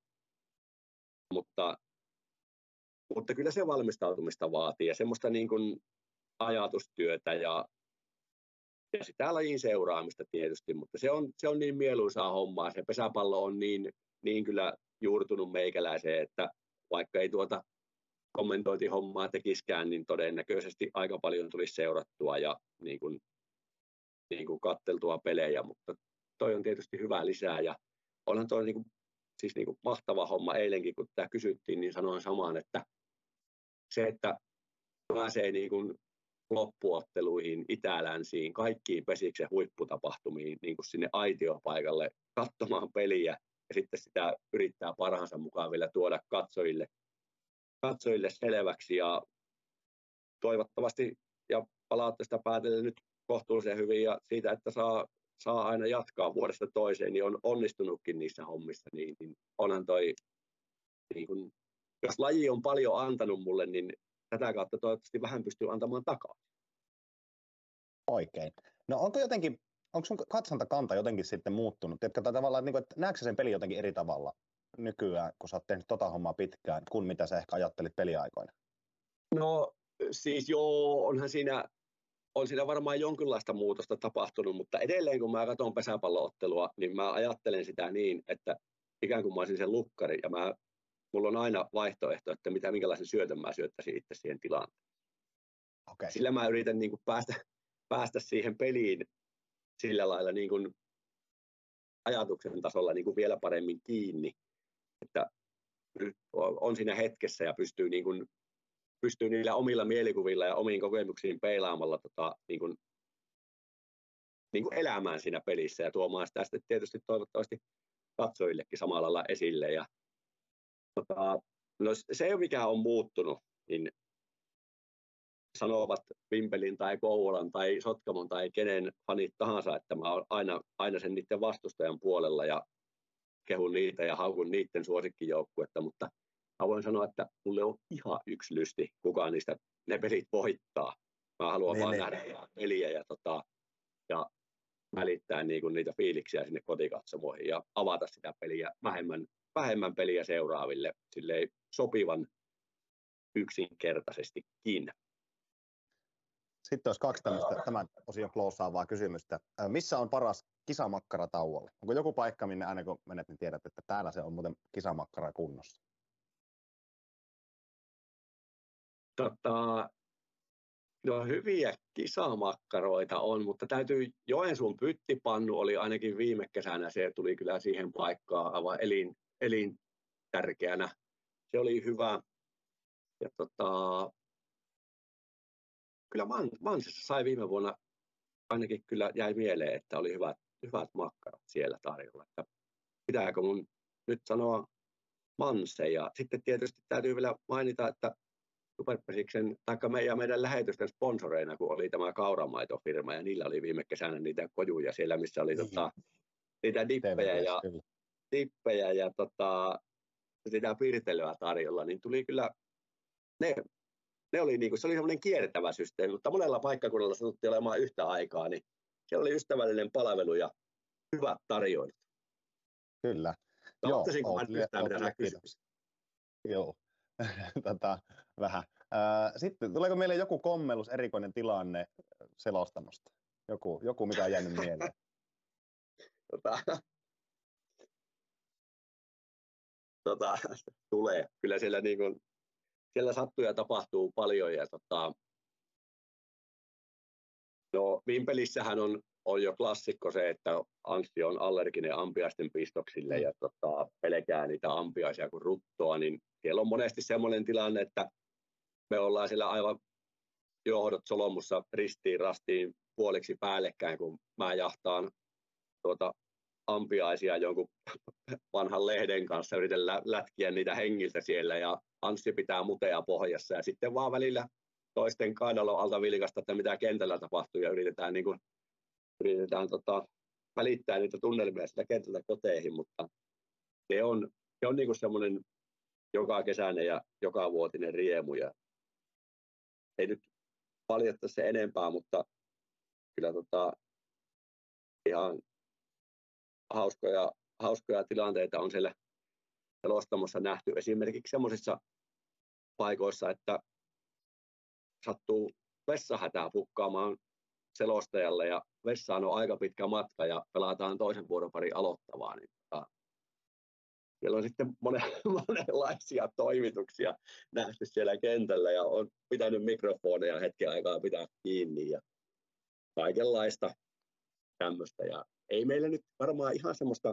mutta, mutta kyllä se valmistautumista vaatii ja semmoista niin kuin ajatustyötä ja, ja sitä lajin seuraamista tietysti, mutta se on, se on niin mieluisaa hommaa. Se pesäpallo on niin, niin kyllä juurtunut meikäläiseen, että vaikka ei tuota kommentointihommaa tekiskään, niin todennäköisesti aika paljon tulisi seurattua ja niin kuin, niin kuin katteltua pelejä, mutta toi on tietysti hyvä lisää ja onhan toi niin kuin, siis niin kuin mahtava homma. Eilenkin, kun tämä kysyttiin, niin sanoin samaan, että se, että pääsee niin kuin loppuotteluihin, itä-länsiin, kaikkiin Pesiksen huipputapahtumiin, niin kuin sinne aitiopaikalle katsomaan peliä ja sitten sitä yrittää parhaansa mukaan vielä tuoda katsojille, katsojille selväksi ja toivottavasti ja palautteesta päätellen nyt kohtuullisen hyvin ja siitä, että saa, saa aina jatkaa vuodesta toiseen, niin on onnistunutkin niissä hommissa, niin, niin onhan toi, niin kun, jos laji on paljon antanut mulle, niin tätä kautta toivottavasti vähän pystyy antamaan takaisin. Oikein. No onko jotenkin, onko sun katsontakanta jotenkin sitten muuttunut? Tiedätkö, tavallaan, että, niin kuin, että näetkö sen peli jotenkin eri tavalla nykyään, kun sä oot tehnyt tota hommaa pitkään, kuin mitä sä ehkä ajattelit peliaikoina? No siis joo, onhan siinä, on siinä varmaan jonkinlaista muutosta tapahtunut, mutta edelleen kun mä katson pesäpalloottelua, niin mä ajattelen sitä niin, että ikään kuin mä olisin sen lukkari ja mä, mulla on aina vaihtoehto, että mitä, minkälaisen syötön mä syöttäisin itse siihen tilaan. Okay. Sillä mä yritän niin kuin päästä, päästä siihen peliin sillä lailla niin kuin ajatuksen tasolla niin kuin vielä paremmin kiinni, että on siinä hetkessä ja pystyy, niin kuin, pystyy niillä omilla mielikuvilla ja omiin kokemuksiin peilaamalla tota, niin kuin, niin kuin elämään siinä pelissä ja tuomaan sitä sitten tietysti toivottavasti katsojillekin samalla lailla esille. Ja, tota, no se, mikä on muuttunut, niin sanovat Vimpelin tai Kouvolan tai Sotkamon tai kenen fanit tahansa, että mä oon aina, aina sen niiden vastustajan puolella ja kehun niitä ja haukun niiden suosikkijoukkuetta, mutta mä voin sanoa, että mulle on ihan yksi lysti, kuka niistä ne pelit voittaa. Mä haluan niin, vaan niin. nähdä peliä ja, tota, ja välittää niinku niitä fiiliksiä sinne kotikatsomoihin ja avata sitä peliä vähemmän, vähemmän peliä seuraaville silleen sopivan yksinkertaisestikin. Sitten olisi kaksi tämmöistä tämän osion kloosaavaa kysymystä. Missä on paras kisamakkara tauolla? Onko joku paikka, minne aina kun menet, niin tiedät, että täällä se on muuten kisamakkara kunnossa? Tota, no hyviä kisamakkaroita on, mutta täytyy Joensuun pyttipannu oli ainakin viime kesänä, se tuli kyllä siihen paikkaan aivan elin, elintärkeänä. Se oli hyvä. Ja tota, kyllä Mansessa sai viime vuonna, ainakin kyllä jäi mieleen, että oli hyvät, hyvät makkarat siellä tarjolla. Että pitääkö mun nyt sanoa Manse? Ja sitten tietysti täytyy vielä mainita, että Superpesiksen, taikka meidän, meidän lähetysten sponsoreina, kun oli tämä kauramaitofirma, ja niillä oli viime kesänä niitä kojuja siellä, missä oli Niin. tota, niitä dippejä ja, dippejä ja tota, sitä piirtelyä tarjolla, niin tuli kyllä, ne, ne oli niinku, se oli semmoinen kiertävä systeemi, mutta monella paikkakunnalla satuttiin olemaan yhtä aikaa, niin siellä oli ystävällinen palvelu ja hyvät tarjoilut. Kyllä. Ottaisinko mä yhtään, mitä sä kysyt? Joo, Tätä, vähän. Sitten tuleeko meille joku kommellus, erikoinen tilanne selostamosta? Joku, joku mikä on jäänyt mieleen? Tota, tota, tulee. Kyllä siellä, niin kuin, siellä sattuu ja tapahtuu paljon. Ja, tota, no, Vimpelissähän on, on jo klassikko se, että Anssi on allerginen ampiaisten pistoksille mm. ja tota, pelkää niitä ampiaisia kuin ruttoa. Niin siellä on monesti sellainen tilanne, että me ollaan siellä aivan johdot solmussa ristiin rastiin puoliksi päällekkäin, kun mä jahtaan tuota ampiaisia jonkun vanhan lehden kanssa, yritän lätkiä niitä hengiltä siellä ja Anssi pitää mutea pohjassa ja sitten vaan välillä toisten kainalon alta vilkasta, että mitä kentällä tapahtuu ja yritetään, niin kuin, yritetään tota, välittää niitä tunnelmia sitä kentältä koteihin, mutta se on, se on niin kuin semmoinen joka kesäinen ja joka vuotinen riemu ja ei nyt paljata se enempää, mutta kyllä tota, ihan hauskoja, hauskoja tilanteita on siellä selostamossa nähty. Esimerkiksi sellaisissa paikoissa, että sattuu vessahätää pukkaamaan selostajalle ja vessaan on aika pitkä matka ja pelataan toisen vuoroparin aloittavaa. Niin, tota, siellä on sitten monen, monenlaisia toimituksia nähty siellä kentällä ja on pitänyt mikrofoneja hetken aikaa pitää kiinni ja kaikenlaista tämmöistä. Ja ei meillä nyt varmaan ihan semmoista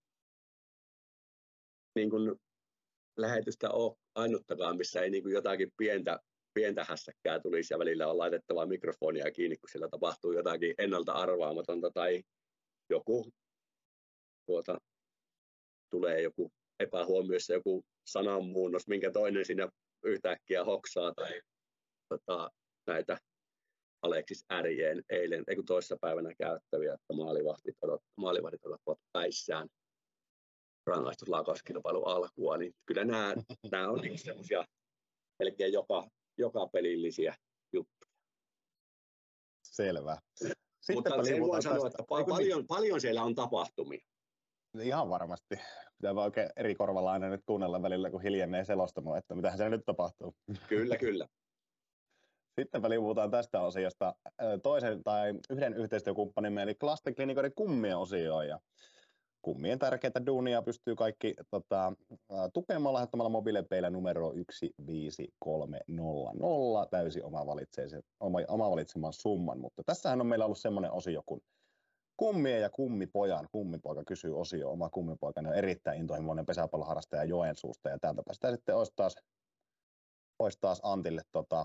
niin kuin lähetystä ole ainuttakaan, missä ei niin kuin jotakin pientä, pientä hässäkkää tulisi ja välillä on laitettava mikrofonia kiinni, kun siellä tapahtuu jotakin ennalta arvaamatonta tai joku tuota, tulee joku epähuomioissa joku sananmuunnos, minkä toinen siinä yhtäkkiä hoksaa tai tota, näitä Aleksis Ärjeen eilen, ei kun toissa päivänä käyttäviä, että maalivahdit maalivahdit ovat päissään rangaistuslaukauskilpailun alkua, niin kyllä nämä, nämä on niin semmoisia melkein joka, joka pelillisiä juttuja. Selvä. Sitten mutta sen voi sanoa, että pa- paljon, paljon siellä on tapahtumia. Ihan varmasti. Pitää vaan oikein eri korvalla aina nyt kuunnella välillä, kun hiljenee selostamo, että mitähän siellä nyt tapahtuu. Kyllä, kyllä. Sitten väliin puhutaan tästä osiosta toisen tai yhden yhteistyökumppanimme, eli lastenklinikoiden kummien osioon. Ja kummien tärkeitä duunia pystyy kaikki tota, tukemaan lähettämällä mobiilepeillä numero yksi viisi kolme nolla nolla täysin oma, oma, oma valitseman summan. Mutta tässähän on meillä ollut semmoinen osio kuin kummien ja kummipojan. Kummipoika kysyy osio. Oma kummipoikani on erittäin intohimoinen pesäpalloharrastaja Joensuusta ja täältäpä sitä sitten olisi taas, olisi taas Antille tota,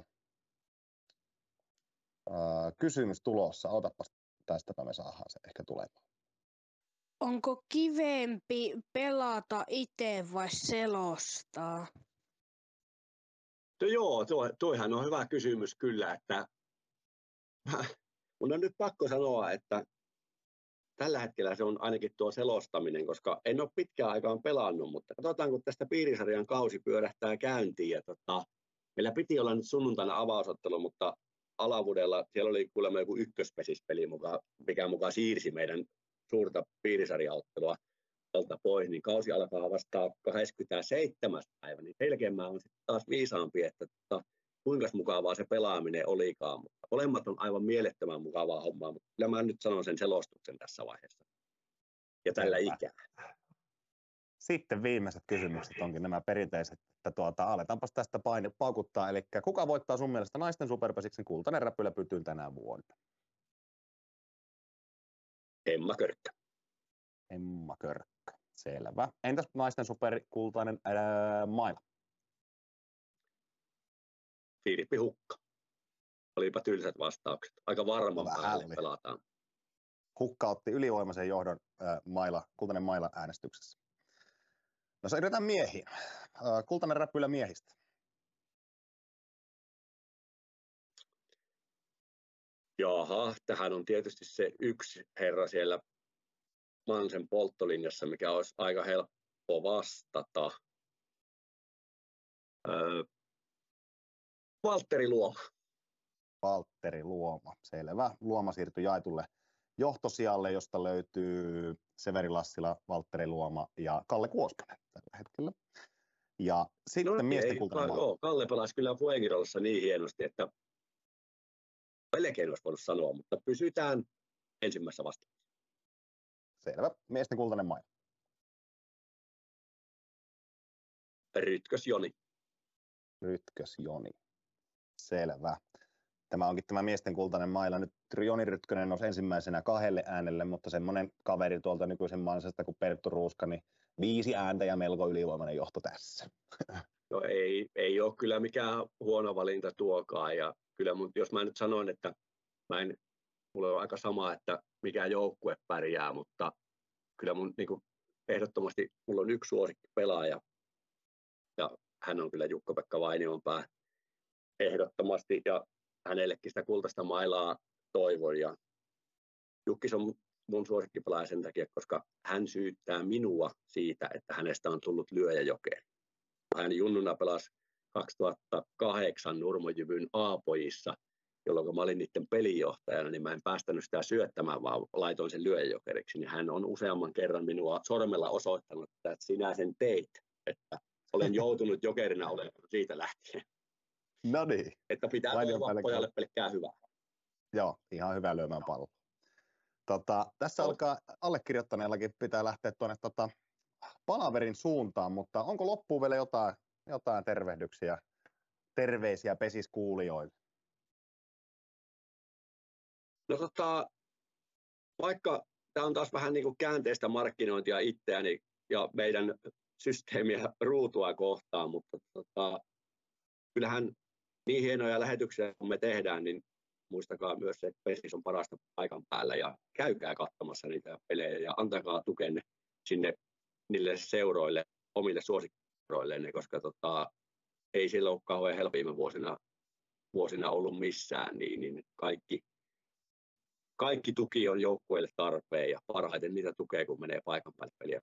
ää, kysymys tulossa. Otapas tästäpä me saadaan se ehkä tulemaan. Onko kivempi pelata itse vai selostaa? No joo, tuo, tuohan on hyvä kysymys kyllä, että mun on nyt pakko sanoa, että tällä hetkellä se on ainakin tuo selostaminen, koska en ole pitkään aikaan pelannut, mutta katsotaan, kun tästä piirisarjan kausi pyörähtää käyntiin. Ja tota, meillä piti olla nyt sunnuntaina avausottelu, mutta Alavudella siellä oli kuulemma joku ykköspesispeli, mikä mukaan siirsi meidän suurta piirisarjaottelua tältä pois, niin kausi alkaa vasta kahdeskymmenesseitsemäs päivä, niin selkeämään on sitten taas viisaampi, että tota, kuinka mukavaa se pelaaminen olikaan, mutta molemmat on aivan mielettömän mukavaa hommaa, mutta kyllä mä nyt sanon sen selostuksen tässä vaiheessa ja tällä ikää. Sitten viimeiset kysymykset onkin nämä perinteiset, että tuota, aletaanpas tästä paine paukuttaa, eli kuka voittaa sun mielestä naisten superpesiksen kultainen räpyläpytyyn tänä vuonna? Emma Körkkö. Emma Körkkö, selvä. Entäs naisten superkultainen ää, maila? Filippi Hukka. Olipa tylsät vastaukset. Aika varman päälle pelataan. Hukka otti ylivoimaisen johdon äh, maila, kultainen maila äänestyksessä. No se yritetään miehiin. Äh, kultainen räppylä miehistä. Jaha, tähän on tietysti se yksi herra siellä Mansen polttolinjassa, mikä olisi aika helppo vastata. Öö, Valtteri Luoma. Valtteri Luoma, selvä. Luoma siirtyi jaetulle johtosijalle, josta löytyy Severi Lassila, Valtteri Luoma ja Kalle Kuoskanen tällä hetkellä. Ja sitten no, miesten ei, kultainen ka- maali. joo, Kalle pelasi kyllä Fuengirolassa niin hienosti, että melkein olisi voinut sanoa, mutta pysytään ensimmäisessä vastauksessa. Selvä. Miesten kultainen maali. Rytkös Joni. Rytkös Joni. Selvä. Tämä onkin tämä miesten kultainen maila. Nyt Joni Rytkönen nousi ensimmäisenä kahdelle äänelle, mutta semmoinen kaveri tuolta nykyisen Mansesta kuin Perttu Ruuska, niin viisi ääntä ja melko ylivoimainen johto tässä. No ei, ei ole kyllä mikään huono valinta tuokaan. Ja kyllä mun, jos mä nyt sanoin, että mä en, mulla on aika sama, että mikä joukkue pärjää, mutta kyllä mun niin kuin, ehdottomasti mulla on yksi suosikki pelaaja ja hän on kyllä Jukka-Pekka Vainionpää ehdottomasti ja hänellekin sitä kultaista mailaa toivon. Ja Jukkis on mun suosikkipelaaja sen takia, koska hän syyttää minua siitä, että hänestä on tullut lyöjäjokeri. Hän junnuna pelasi kaksituhattakahdeksan Nurmojyvyn A-pojissa, jolloin mä olin niiden pelinjohtajana, niin mä en päästänyt sitä syöttämään, vaan laitoin sen lyöjäjokeriksi. Niin hän on useamman kerran minua sormella osoittanut, että sinä sen teit, että olen joutunut jokerina olemaan siitä lähtien. No niin. Että pitää toivoa pojalle pelkkää hyvää. Joo, ihan hyvä lyömään pallo. Tota, tässä no. alkaa allekirjoittaneellakin pitää lähteä tuonne tota, palaverin suuntaan, mutta onko loppuun vielä jotain, jotain tervehdyksiä, terveisiä pesiskuulijoille? No tota, vaikka tämä on taas vähän niin kuin käänteistä markkinointia itseäni ja meidän systeemiä ruutua kohtaan, mutta tota, kyllähän niin hienoja lähetyksiä kun me tehdään, niin muistakaa myös se, että Pesis on parasta paikan päällä ja käykää katsomassa niitä pelejä ja antakaa tukenne sinne niille seuroille, omille suosikkiseuroillenne, koska tota, ei sillä ole kauhean helppo viime vuosina, vuosina ollut missään, niin, niin kaikki, kaikki tuki on joukkueille tarpeen ja parhaiten niitä tukee, kun menee paikan päälle peliä.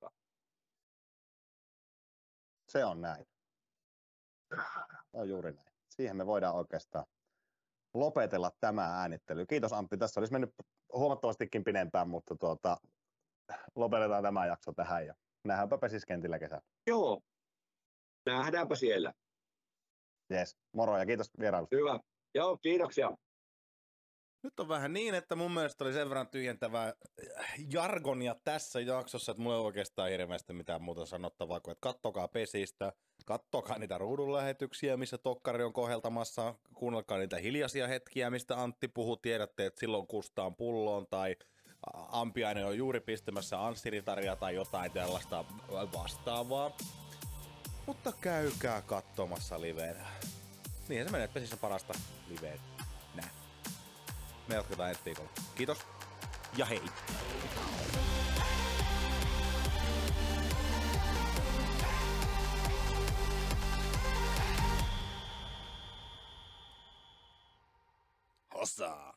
Se on näin. Se on juuri näin. Siihen me voidaan oikeastaan lopetella tämä äänittely. Kiitos Antti, tässä olisi mennyt huomattavastikin pidempään, mutta tuota, lopetetaan tämä jakso tähän ja nähdäänpä pesiskentillä kesällä. Joo, nähdäänpä siellä. Jes, moro ja kiitos vierailusta. Hyvä, joo, kiitoksia. Nyt on vähän niin, että mun mielestä oli sen verran tyhjentävää jargonia tässä jaksossa, että mulla ei oikeastaan hirveästi mitään muuta sanottavaa kuin, että kattokaa pesistä, kattokaa niitä ruudunlähetyksiä, missä Tokkari on koheltamassa, kuunnelkaa niitä hiljaisia hetkiä, mistä Antti puhuu, tiedätte, että silloin kustaan pulloon tai Ampiainen on juuri pistämässä anssiritaria tai jotain tällaista vastaavaa. Mutta käykää katsomassa liveenä. Niinhän se menee, että pesissä parasta liveen. Nää. Me jatketaan ensi viikolla. Kiitos ja hei! Hossa!